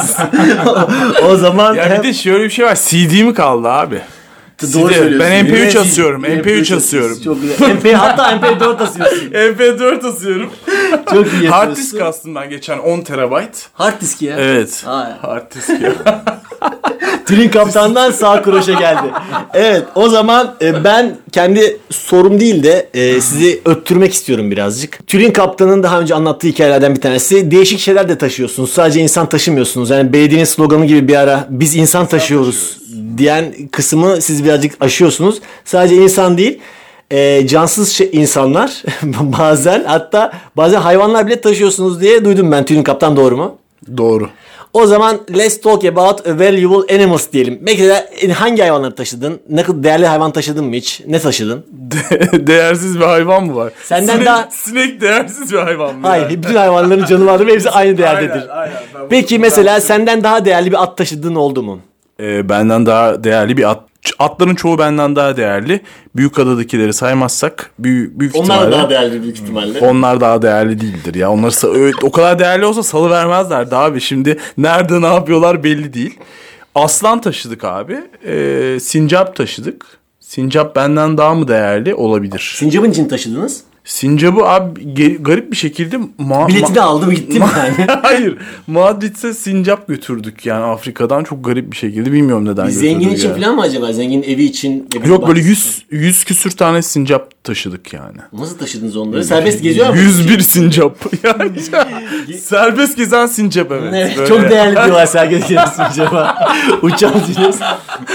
O zaman ya bir de şöyle bir şey var. CD mi kaldı abi? Doğru söylüyorsun. Ben MP3 asıyorum. MP3 asıyorum. Çok güzel. Hatta MP4 asıyorsun. MP4 asıyorum. Çok iyi yapıyorsun. Hard disk astım ben geçen 10 terabayt. Hard disk ya. Evet. Hard disk ya. Tülin Kaptan'dan sağ kroşe geldi. Evet o zaman ben kendi sorum değil de sizi öttürmek istiyorum birazcık. Tülin Kaptan'ın daha önce anlattığı hikayelerden bir tanesi. Değişik şeyler de taşıyorsunuz. Sadece insan taşımıyorsunuz. Yani belediyenin sloganı gibi bir ara biz insan taşıyoruz diyen kısmı siz birazcık aşıyorsunuz. Sadece insan değil. Cansız insanlar bazen hatta bazen hayvanlar bile taşıyorsunuz diye duydum ben. Tülin Kaptan doğru mu? Doğru. O zaman let's talk about valuable animals diyelim. Mesela hangi hayvanları taşıdın? Ne kadar değerli hayvan taşıdın mı hiç? Ne taşıdın? Değersiz bir hayvan mı var? Sinek değersiz bir hayvan mı? Hayır, bütün hayvanların canı vardır ve hepsi aynı değerdedir. Aynen. Peki mesela senden daha değerli bir at taşıdığın oldu mu? Benden daha değerli bir at. Atların çoğu benden daha değerli. Büyükada'dakileri saymazsak büyük ihtimalle. Onlar daha değerli büyük ihtimalle. Onlar daha değerli değildir ya. Onlar o kadar değerli olsa salı vermezlerdi abi. Şimdi nerede ne yapıyorlar belli değil. Aslan taşıdık abi. Sincap taşıdık. Sincap benden daha mı değerli? Olabilir. Sincap'ın cin taşıdınız? Sincap'ı abi garip bir şekilde... Biletini aldım gittim yani. Hayır. Madrid'e sincap götürdük yani Afrika'dan çok garip bir şekilde. Bilmiyorum neden götürdük. Zengin için yani. Falan mı acaba? Zenginin evi için? Yok böyle 100 küsür tane sincap taşıdık yani. Nasıl taşıdınız onları? Serbest geziyor mu? 101 sincap. Yani serbest gezen sincap evet. Evet çok değerli diyorlar serbest gezen sincapa. Uçan sincap.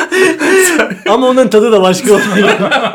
Ama onun tadı da başka oluyor.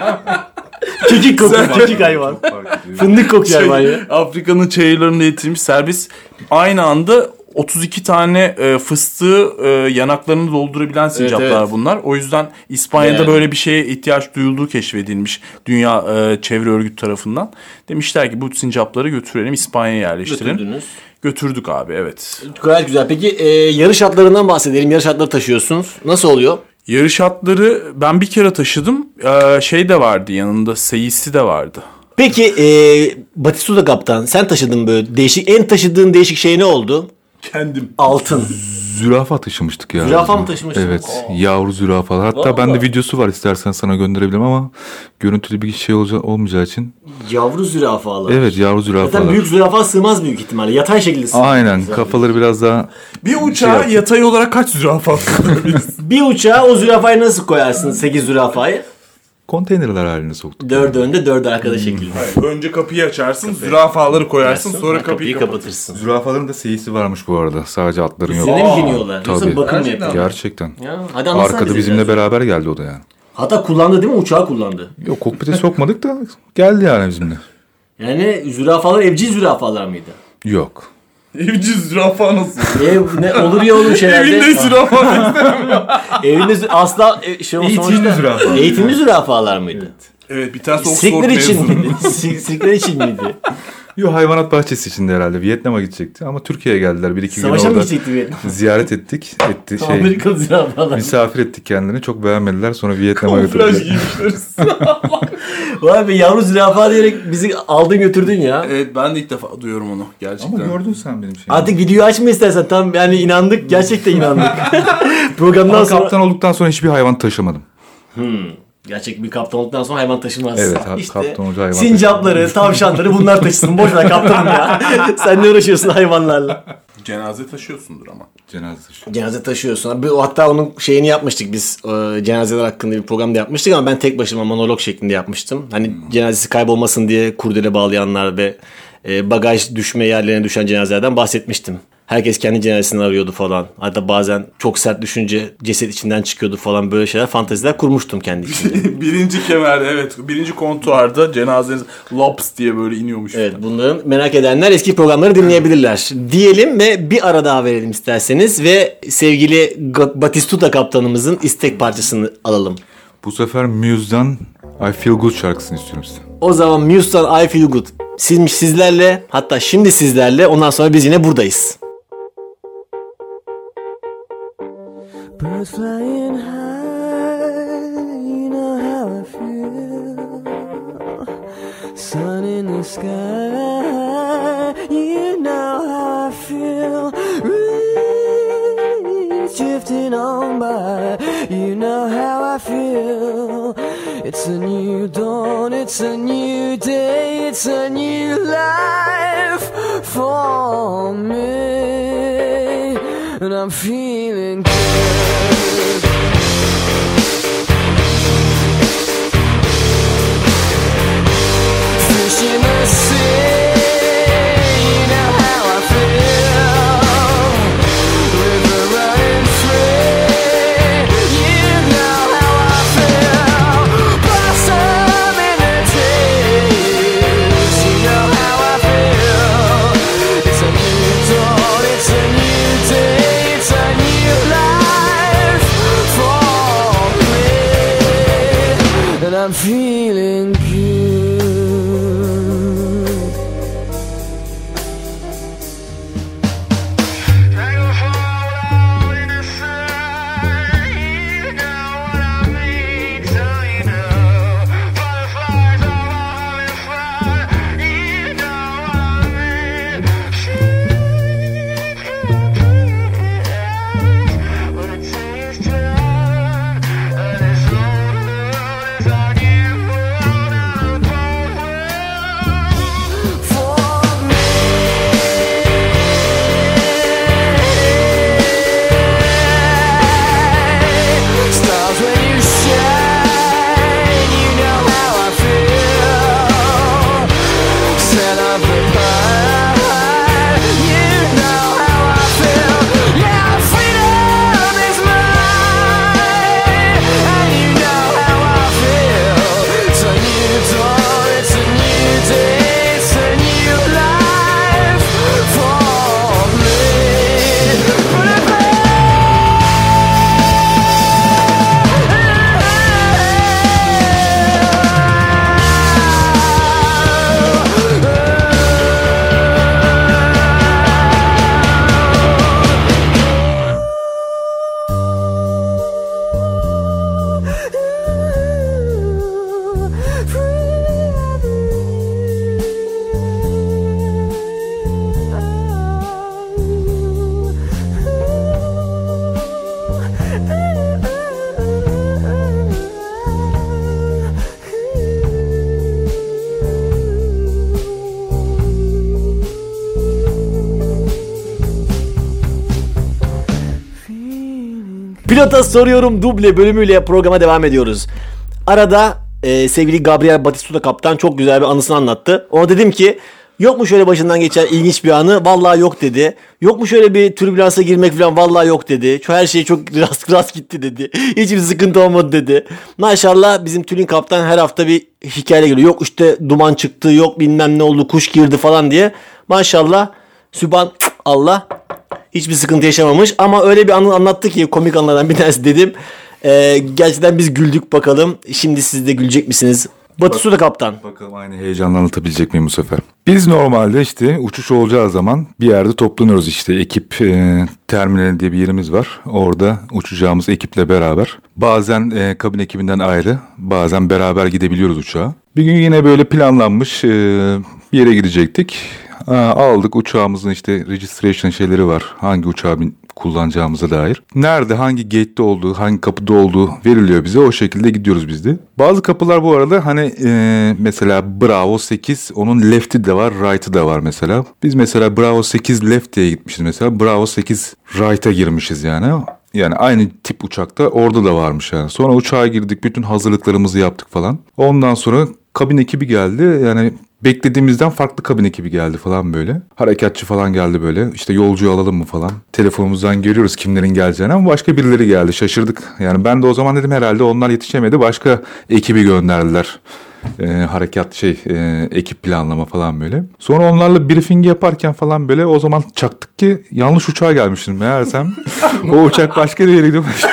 Kekik kokuyor. Kekik hayvan. Fındık kokuyor hayvan ya. Afrika'nın çayırlarında yetişmiş serbest. Aynı anda 32 tane fıstığı yanaklarını doldurabilen sincaplar bunlar. O yüzden İspanya'da böyle bir şeye ihtiyaç duyulduğu keşfedilmiş Dünya Çevre Örgütü tarafından. Demişler ki bu sincapları götürelim İspanya'ya yerleştirelim. Götürdünüz. Götürdük abi evet. Gayet güzel. Peki yarış atlarından bahsedelim. Yarış atları taşıyorsunuz. Nasıl oluyor? Yarış atları ben bir kere taşıdım. Şey de vardı yanında seyisi de vardı. Peki Batistuta Kaptan sen taşıdın böyle değişik en taşıdığın değişik şey ne oldu? Kendim. Altın. Zürafa taşımıştık ya. Zürafa mı taşımıştınız? Evet. Yavru zürafalar. Hatta bende videosu var istersen sana gönderebilirim ama görüntülü bir şey olmayacağı için. Yavru zürafalar. Evet yavru zürafalar. Zaten büyük zürafa sığmaz büyük ihtimalle. Yatay şekilde sığmaz. Aynen. Kafaları biraz daha... Bir uçağa yatay olarak kaç zürafa sığabilirsin? Bir uçağa o zürafayı nasıl koyarsın? 8 zürafayı? Konteynerler haline soktuk. 4 önde 4 arkada şekilde. Hayır, önce kapıyı açarsın, zürafaları koyarsın, sonra kapıyı kapatırsın. Zürafaların da seyisi varmış bu arada. Sadece atların yok. Size mi biniyorlar? Tabii. Bakım mı yapıyorlar? Gerçekten. Ya, hadi arkada bizimle beraber geldi o da yani. Hatta kullandı değil mi? Uçağı kullandı. Yok kokpite sokmadık da geldi yani bizimle. Yani zürafalar evcil zürafalar mıydı? Yok. Evcil zürafa nasıl? Ne olur ya olur şeylerde. Evinde zürafa istemiyorum. Evinde asla eğitimli zürafa. Eğitimli zürafalar mıydı? Evet bir tanesi Oxford mezunu. Sirkler için miydi? Yok, hayvanat bahçesi içinde herhalde. Vietnam'a gidecekti ama Türkiye'ye geldiler. 1-2 gün Savaşa mı orada gidecekti Vietnam? ziyaret ettik. Amerikalı zürafalar. Misafir ettik kendini. Çok beğenmediler. Sonra Vietnam'a Kamuflaj götürdüler. giymişler. Vay be, yavru zürafa diyerek bizi aldın götürdün ya. Evet, ben de ilk defa duyuyorum onu gerçekten. Ama gördün sen benim şeyimi. Artık videoyu açma istersen, tam yani inandık, gerçekten inandık. Programdan Ama sonra kaptan olduktan sonra hiçbir hayvan taşımadım. Gerçek bir kaptan olduktan sonra hayvan taşınmaz. Evet, işte kaptan olunca hayvan sincapları, tavşanları bunlar taşısın. Boş ver kaptanım ya. Sen ne uğraşıyorsun hayvanlarla? Cenaze taşıyorsundur ama. Cenaze taşıyorsun. Hatta onun şeyini yapmıştık biz. Cenazeler hakkında bir programda yapmıştık ama ben tek başıma monolog şeklinde yapmıştım. Hani cenazesi kaybolmasın diye kurdele bağlayanlar ve bagaj düşme yerlerine düşen cenazelerden bahsetmiştim. Herkes kendi cenazesini arıyordu falan. Hatta bazen çok sert düşünce ceset içinden çıkıyordu falan, böyle şeyler, fanteziler kurmuştum kendi içimde. Birinci kemerde, evet. Birinci kontuarda cenazeniz laps diye böyle iniyormuş. Evet, bunların merak edenler eski programları dinleyebilirler. Diyelim ve bir ara daha verelim isterseniz ve sevgili Batistuta kaptanımızın istek parçasını alalım. Bu sefer Muse'dan I Feel Good şarkısını istiyorum size. O zaman Muse'dan I Feel Good. Sizlerle, hatta şimdi sizlerle, ondan sonra biz yine buradayız. Birds flying high, you know how I feel. Sun in the sky, you know how I feel. Reeds drifting on by, you know how I feel. It's a new dawn, it's a new day, it's a new life for me. And I'm feeling good. Fish in the sea, you know how I feel. River running free, you know how I feel. Blossom in the trees, you know how I feel. It's a new dawn, it's a new day. And I'm feeling good. Pilota soruyorum duble bölümüyle programa devam ediyoruz. Arada sevgili Gabriel Batistuta kaptan çok güzel bir anısını anlattı. Ona dedim ki yok mu şöyle başından geçen ilginç bir anı? Vallahi yok dedi. Yok mu şöyle bir türbülansa girmek falan? Vallahi yok dedi. Her şey çok rast gitti dedi. Hiçbir sıkıntı olmadı dedi. Maşallah bizim Tülin kaptan her hafta bir hikaye geliyor. Yok işte duman çıktı, yok bilmem ne oldu, kuş girdi falan diye. Maşallah Sübhan Allah hiçbir sıkıntı yaşamamış. Ama öyle bir anı anlattı ki komik anlardan bir tanesi dedim. Gerçekten biz güldük bakalım. Şimdi siz de gülecek misiniz? Batı Suda Kaptan. Bakalım aynı heyecanla anlatabilecek miyim bu sefer? Biz normalde işte uçuş olacağı zaman bir yerde toplanıyoruz işte ekip terminali diye bir yerimiz var. Orada uçacağımız ekiple beraber. Bazen kabin ekibinden ayrı, bazen beraber gidebiliyoruz uçağa. Bir gün yine böyle planlanmış bir yere gidecektik. Aldık uçağımızın işte registration şeyleri var. Hangi uçağı kullanacağımıza dair. Nerede, hangi gate'de olduğu, hangi kapıda olduğu veriliyor bize. O şekilde gidiyoruz biz de. Bazı kapılar bu arada hani mesela Bravo 8 onun left'i de var, right'ı da var mesela. Biz mesela Bravo 8 left diye gitmişiz mesela. Bravo 8 right'a girmişiz yani. Yani aynı tip uçakta orada da varmış yani. Sonra uçağa girdik, bütün hazırlıklarımızı yaptık falan. Ondan sonra kabin ekibi geldi. Yani beklediğimizden farklı kabin ekibi geldi falan böyle. Harekatçı falan geldi böyle. İşte yolcuyu alalım mı falan. Telefonumuzdan görüyoruz kimlerin geleceğini ama başka birileri geldi. Şaşırdık. Yani ben de o zaman dedim herhalde onlar yetişemedi. Başka ekibi gönderdiler. Ekip planlama falan böyle. Sonra onlarla briefing yaparken falan böyle o zaman çaktık ki yanlış uçağa gelmiştim meğersem. O uçak başka bir yere gidiyormuş.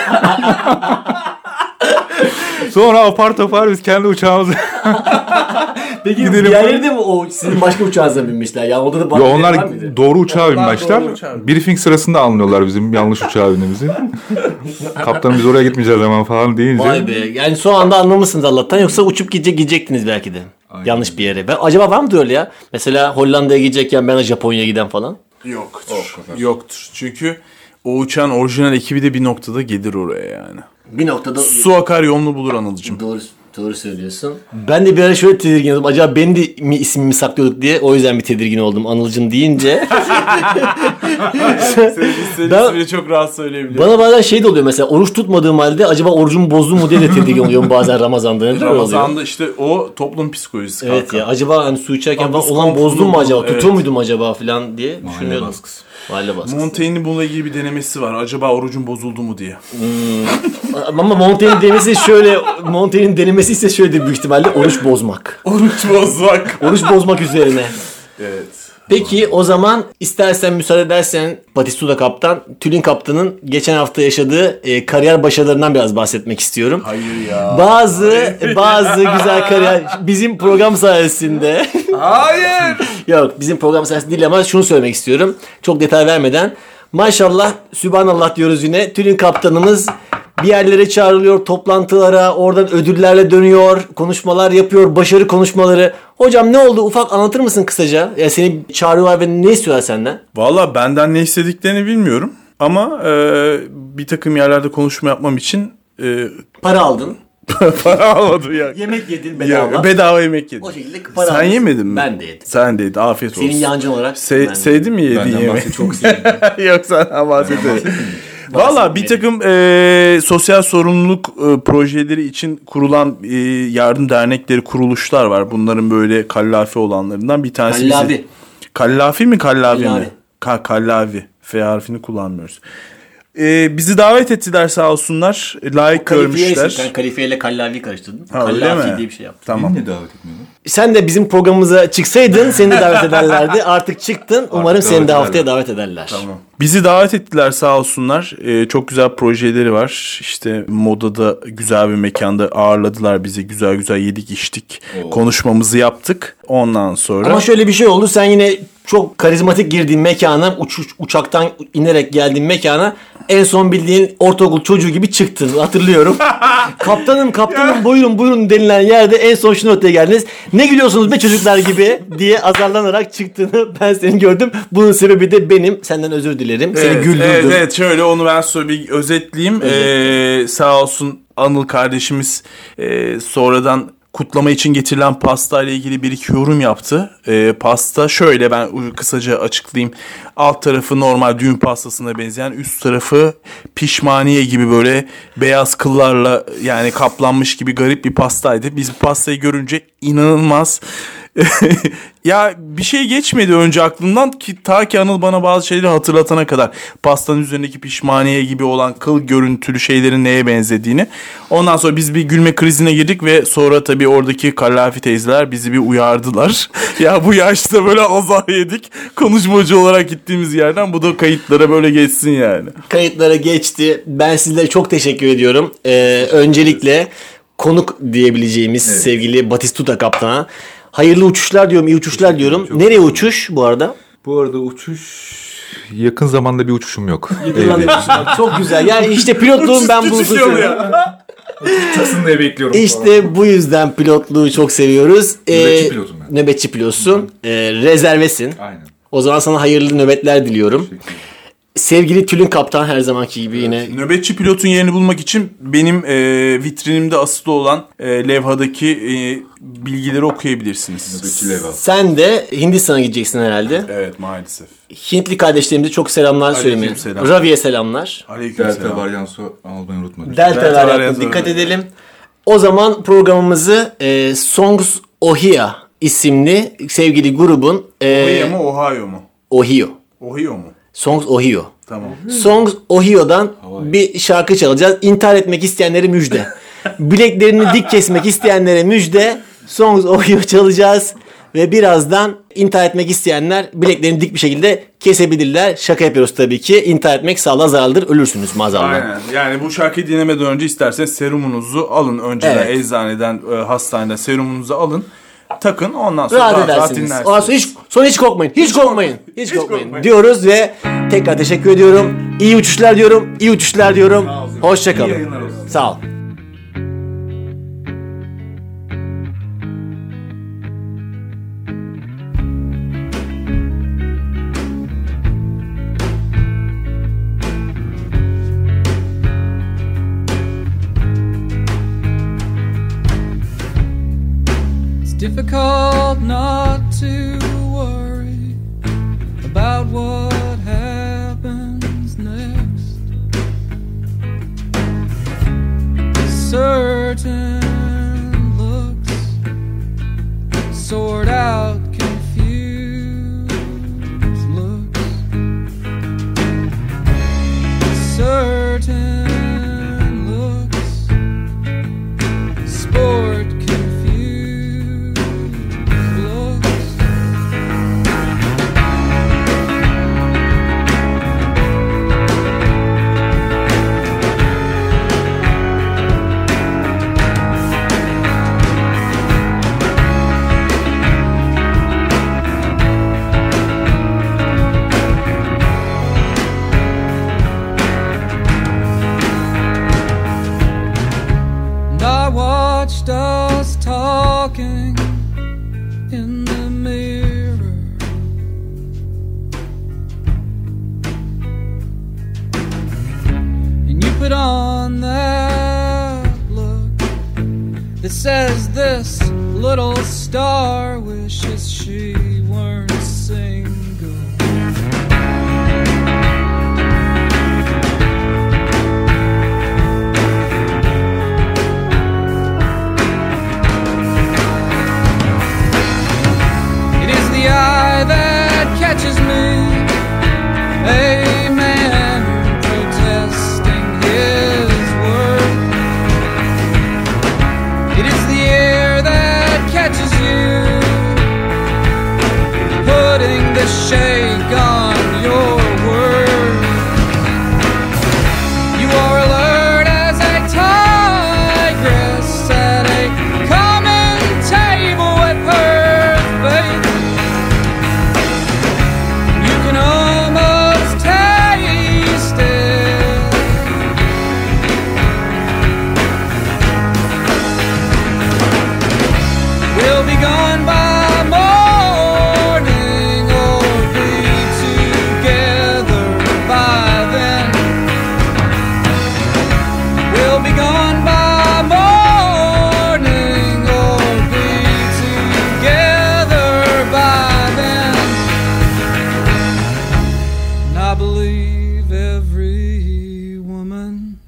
Sonra apar topar biz kendi uçağımızı Peki diğerleri de mi o sizin başka uçağınıza binmişler? Yani orada da onlar doğru uçağa binmişler. Briefing sırasında anlıyorlar bizim yanlış uçağa bindiğimizi. Kaptan biz oraya gitmeyeceğiz hemen falan deyince. Vay be. Yani son anda anlamışsınız Allah'tan, yoksa uçup gidecektiniz belki de. Aynen. Yanlış bir yere. Acaba var mıdır öyle ya? Mesela Hollanda'ya gidecekken ben de Japonya'ya giden falan. Yoktur. Çünkü o uçağın orijinal ekibi de bir noktada gelir oraya yani. Bir noktada su akar yolunu bulur Anılcığım. Doğru söylüyorsun. Ben de bir ara şöyle tedirgin oldum. Acaba benim de ismimi saklıyorduk diye. O yüzden bir tedirgin oldum Anılcım deyince. Senin ismini çok rahat söyleyebilirim. Bana bazen şey de oluyor mesela, oruç tutmadığım halde acaba orucumu bozdum mu diye de tedirgin oluyorum bazen Ramazan'da. Ramazan'da işte o toplum psikolojisi. Evet kanka. Ya acaba hani su içerken falan olan bozdum mu acaba? Evet. Tutuyor muydum acaba falan diye düşünüyordum. Mahalle baskısı. Montaigne'in bununla ilgili bir denemesi var. Acaba orucun bozuldu mu diye. Ama Montaigne'in denemesi ise şöyledir büyük ihtimalle: oruç bozmak. Oruç bozmak üzerine. Evet. Peki o zaman istersen müsaade edersen Batista Kaptan, Tülin Kaptan'ın geçen hafta yaşadığı kariyer başarılarından biraz bahsetmek istiyorum. Hayır ya. Bazı güzel kariyer bizim program sayesinde. Hayır. Yok, bizim program sayesinde değil ama şunu söylemek istiyorum. Çok detay vermeden. Maşallah, Sübhanallah diyoruz yine. Tülin Kaptanımız bir yerlere çağrılıyor, toplantılara, oradan ödüllerle dönüyor, konuşmalar yapıyor, başarı konuşmaları. Hocam ne oldu? Ufak anlatır mısın kısaca? Yani seni çağırıyorlar ve ne istiyorlar senden? Valla benden ne istediklerini bilmiyorum. Ama bir takım yerlerde konuşma yapmam için... para aldın. Para almadım ya. Yemek yedin bedava. Bedava yemek yedim. O şekilde para Sen aldın. yemedin mi? Ben de yedim. Sen de yedin. Afiyet olsun. Senin yancın olarak. Sevdin mi yediğin yemeği? Çok sevdim. Yok, sen bahsedelim. Valla bir takım sosyal sorumluluk projeleri için kurulan yardım dernekleri, kuruluşlar var. Bunların böyle kallafi olanlarından bir tanesi. Kallavi. Kallafi mi kallavi mi? Kallavi. F harfini kullanmıyoruz. Bizi davet ettiler sağ olsunlar. Layık görmüşler. Ben kalifiye ile kallavi karıştırdım. Kallafi diye bir şey yaptım. Tamam. Beni de davet etmiyorlar. Sen de bizim programımıza çıksaydın seni de davet ederlerdi. Artık çıktın. Umarım seni de haftaya davet ederler. Tamam. Bizi davet ettiler sağ olsunlar. Çok güzel projeleri var. İşte modada güzel bir mekanda ağırladılar bizi. Güzel güzel yedik içtik. Konuşmamızı yaptık. Ondan sonra... Ama şöyle bir şey oldu. Sen yine çok karizmatik girdiğin mekana, uçaktan inerek geldiğin mekana en son bildiğin ortaokul çocuğu gibi çıktın. Hatırlıyorum. Kaptanım buyurun denilen yerde en son şu noktaya geldiniz. Ne gülüyorsunuz be çocuklar gibi diye azarlanarak çıktığını ben seni gördüm. Bunun sebebi de benim. Senden özür dilerim. Seni güldürdüm. Evet, şöyle onu ben bir özetleyeyim. Sağ olsun Anıl kardeşimiz sonradan kutlama için getirilen pasta ile ilgili bir iki yorum yaptı. Pasta şöyle, ben kısaca açıklayayım. Alt tarafı normal düğün pastasına benzeyen, üst tarafı pişmaniye gibi böyle beyaz kıllarla yani kaplanmış gibi garip bir pastaydı. Biz bu pastayı görünce inanılmaz ya bir şey geçmedi önce aklımdan ki ta ki Anıl bana bazı şeyleri hatırlatana kadar, pastanın üzerindeki pişmaniye gibi olan kıl görüntülü şeylerin neye benzediğini. Ondan sonra biz bir gülme krizine girdik ve sonra tabii oradaki kallafi teyzeler bizi bir uyardılar. Ya bu yaşta böyle azar yedik konuşmacı olarak gittiğimiz yerden, bu da kayıtlara böyle geçsin yani. Kayıtlara geçti. Ben sizlere çok teşekkür ediyorum. Öncelikle konuk diyebileceğimiz sevgili Batistuta kaptana. Hayırlı uçuşlar diyorum, iyi uçuşlar diyorum. Nereye uçuş bu arada? Bu arada uçuş yakın zamanda bir uçuşum yok. Çok güzel. Yani işte pilotluğun ben bunu seviyorum. Uçacaksın diye bekliyorum. İşte bu yüzden pilotluğu çok seviyoruz. Nöbetçi pilotum ben. Nöbetçi pilotsun. Rezervesin. Aynen. O zaman sana hayırlı nöbetler diliyorum. Sevgili Tülin Kaptan her zamanki gibi yine. Nöbetçi pilotun yerini bulmak için benim vitrinimde asılı olan levhadaki bilgileri okuyabilirsiniz. Nöbetçi levha. Sen de Hindistan'a gideceksin herhalde. Evet, maalesef. Hintli kardeşlerimize çok selamlar söylemeyi. Ravi'ye selamlar. Delta varyansı almayı unutma. Delta varyansı dikkat edelim. O zaman programımızı Songs Ohio isimli sevgili grubun Ohio mu Ohio mu? Ohio. Ohio mu? Songs Ohio. Tamam. Songs Ohio'dan bir şarkı çalacağız. İntihar etmek isteyenlere müjde. Bileklerini dik kesmek isteyenlere müjde. Songs Ohio çalacağız. Ve birazdan intihar etmek isteyenler bileklerini dik bir şekilde kesebilirler. Şaka yapıyoruz tabii ki. İntihar etmek sağlığa zararlıdır. Ölürsünüz maazallah. Aynen. Yani bu şarkıyı dinlemeden önce isterseniz serumunuzu alın. Önceden eczaneden, hastaneden serumunuzu alın. Takın, ondan sonra rahat dinlersiniz. Ondan sonra hiç korkmayın. Hiç korkmayın. Hiç korkmayın diyoruz ve tekrar teşekkür ediyorum. İyi uçuşlar diyorum. İyi uçuşlar diyorum. Hoşça kalın. Sağ ol. Difficult not to worry about what happens next. Certain looks sort out confused looks. Certain looks sport us talking in the mirror. And you put on that look that says this little star wishes she weren't single. The eye that catches me, a man protesting his worth. It is the air that catches you, putting the shake on your word. You are alert as a tigress at a common table with her fate. Almost taste it. We'll be gone by morning, or be together by then. We'll be gone by morning, or be together by then. I believe every woman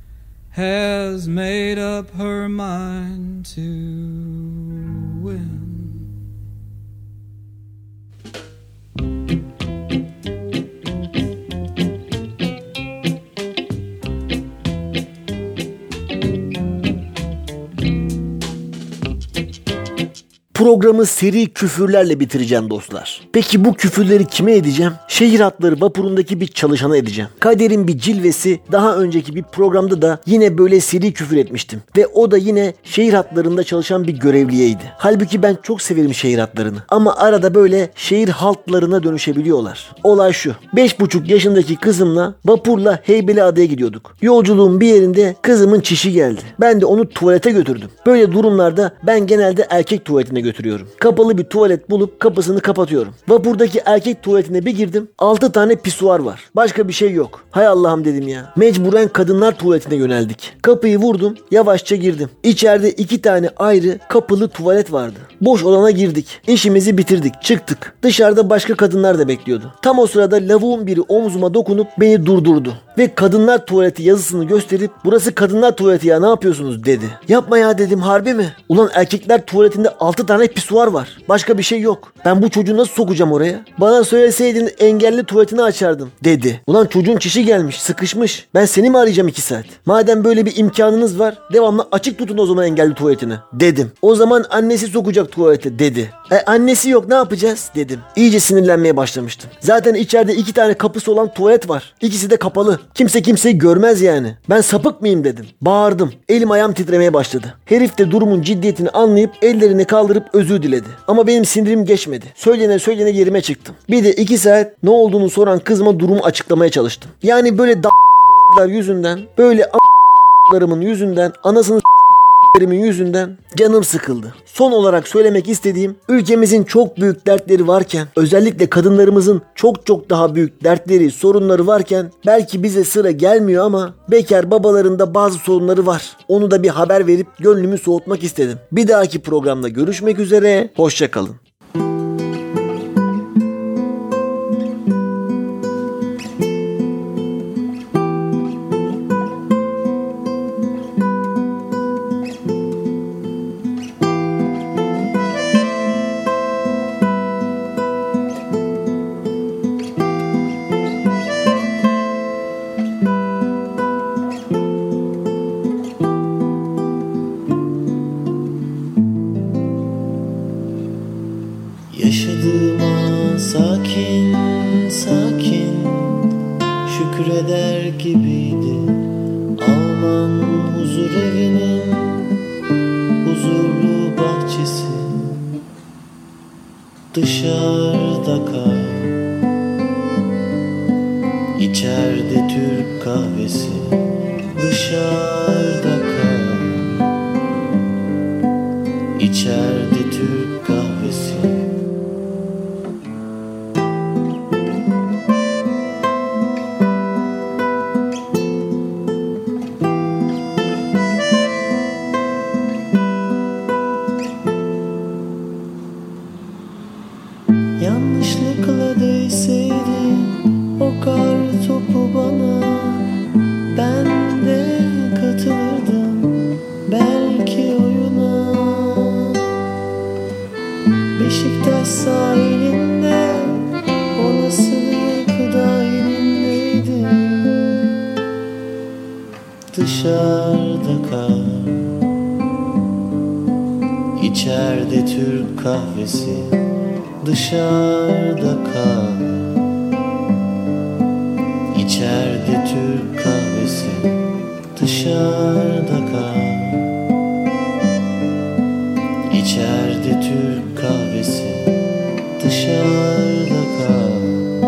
has made up her mind to win. Programı seri küfürlerle bitireceğim dostlar. Peki bu küfürleri kime edeceğim? Şehir hatları vapurundaki bir çalışana edeceğim. Kaderin bir cilvesi, daha önceki bir programda da yine böyle seri küfür etmiştim. Ve o da yine şehir hatlarında çalışan bir görevliyeydi. Halbuki ben çok severim şehir hatlarını. Ama arada böyle şehir halklarına dönüşebiliyorlar. Olay şu. 5,5 yaşındaki kızımla vapurla Heybeliada'ya gidiyorduk. Yolculuğun bir yerinde kızımın çişi geldi. Ben de onu tuvalete götürdüm. Böyle durumlarda ben genelde erkek tuvaletine götürüyorum. Kapalı bir tuvalet bulup kapısını kapatıyorum. Vapurdaki erkek tuvaletine bir girdim. 6 tane pisuar var. Başka bir şey yok. Hay Allah'ım dedim ya. Mecburen kadınlar tuvaletine yöneldik. Kapıyı vurdum. Yavaşça girdim. İçeride 2 tane ayrı kapalı tuvalet vardı. Boş olana girdik. İşimizi bitirdik. Çıktık. Dışarıda başka kadınlar da bekliyordu. Tam o sırada lavuğun biri omzuma dokunup beni durdurdu. Ve kadınlar tuvaleti yazısını gösterip burası kadınlar tuvaleti ya ne yapıyorsunuz dedi. Yapma ya dedim, harbi mi? Ulan erkekler tuvaletinde 6 tane pisuar var. Başka bir şey yok. Ben bu çocuğu nasıl sokacağım oraya? Bana söyleseydin engelli tuvaletini açardım dedi. Ulan çocuğun çişi gelmiş, sıkışmış. Ben seni mi arayacağım 2 saat? Madem böyle bir imkanınız var devamlı açık tutun o zaman engelli tuvaletini dedim. O zaman annesi sokacak tuvalete dedi. Annesi yok ne yapacağız dedim. İyice sinirlenmeye başlamıştım. Zaten içeride 2 tane kapısı olan tuvalet var. İkisi de kapalı. Kimse kimseyi görmez yani. Ben sapık mıyım dedim. Bağırdım. Elim ayağım titremeye başladı. Herif de durumun ciddiyetini anlayıp ellerini kaldırıp özür diledi. Ama benim sinirim geçmedi. Söylene yerime çıktım. Bir de 2 saat ne olduğunu soran kızıma durumu açıklamaya çalıştım. Yani böyle yüzünden, böyle larımın yüzünden, anasını yüzünden canım sıkıldı. Son olarak söylemek istediğim, ülkemizin çok büyük dertleri varken, özellikle kadınlarımızın çok daha büyük dertleri, sorunları varken belki bize sıra gelmiyor ama bekar babaların da bazı sorunları var. Onu da bir haber verip gönlümü soğutmak istedim. Bir dahaki programda görüşmek üzere. Hoşça kalın. Yaşadığıma sakin sakin şükreder gibiydi. Alman huzur evinin huzurlu bahçesi. Dışarıda kar, içeride Türk kahvesi. Dışarıda kar, içeride Türk kahvesi. Yanlışlıkla değseydi o kar topu bana, ben de katılırdım belki oyuna. Beşiktaş sahilinde o nasıl dahilindeydim. Dışarıda kar, içeride Türk kahvesi. Dışarıda kal, içeride Türk kahvesi. Dışarıda kal, içeride Türk kahvesi. Dışarıda kal,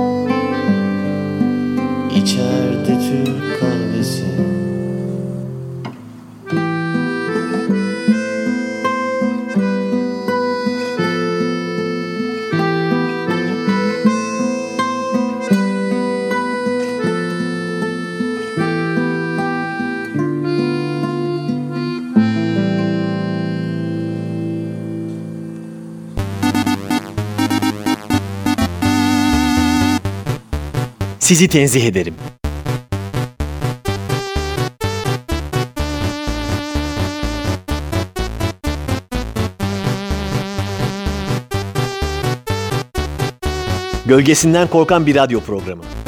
içeride Türk kahvesi. Sizi tenzih ederim. Gölgesinden korkan bir radyo programı.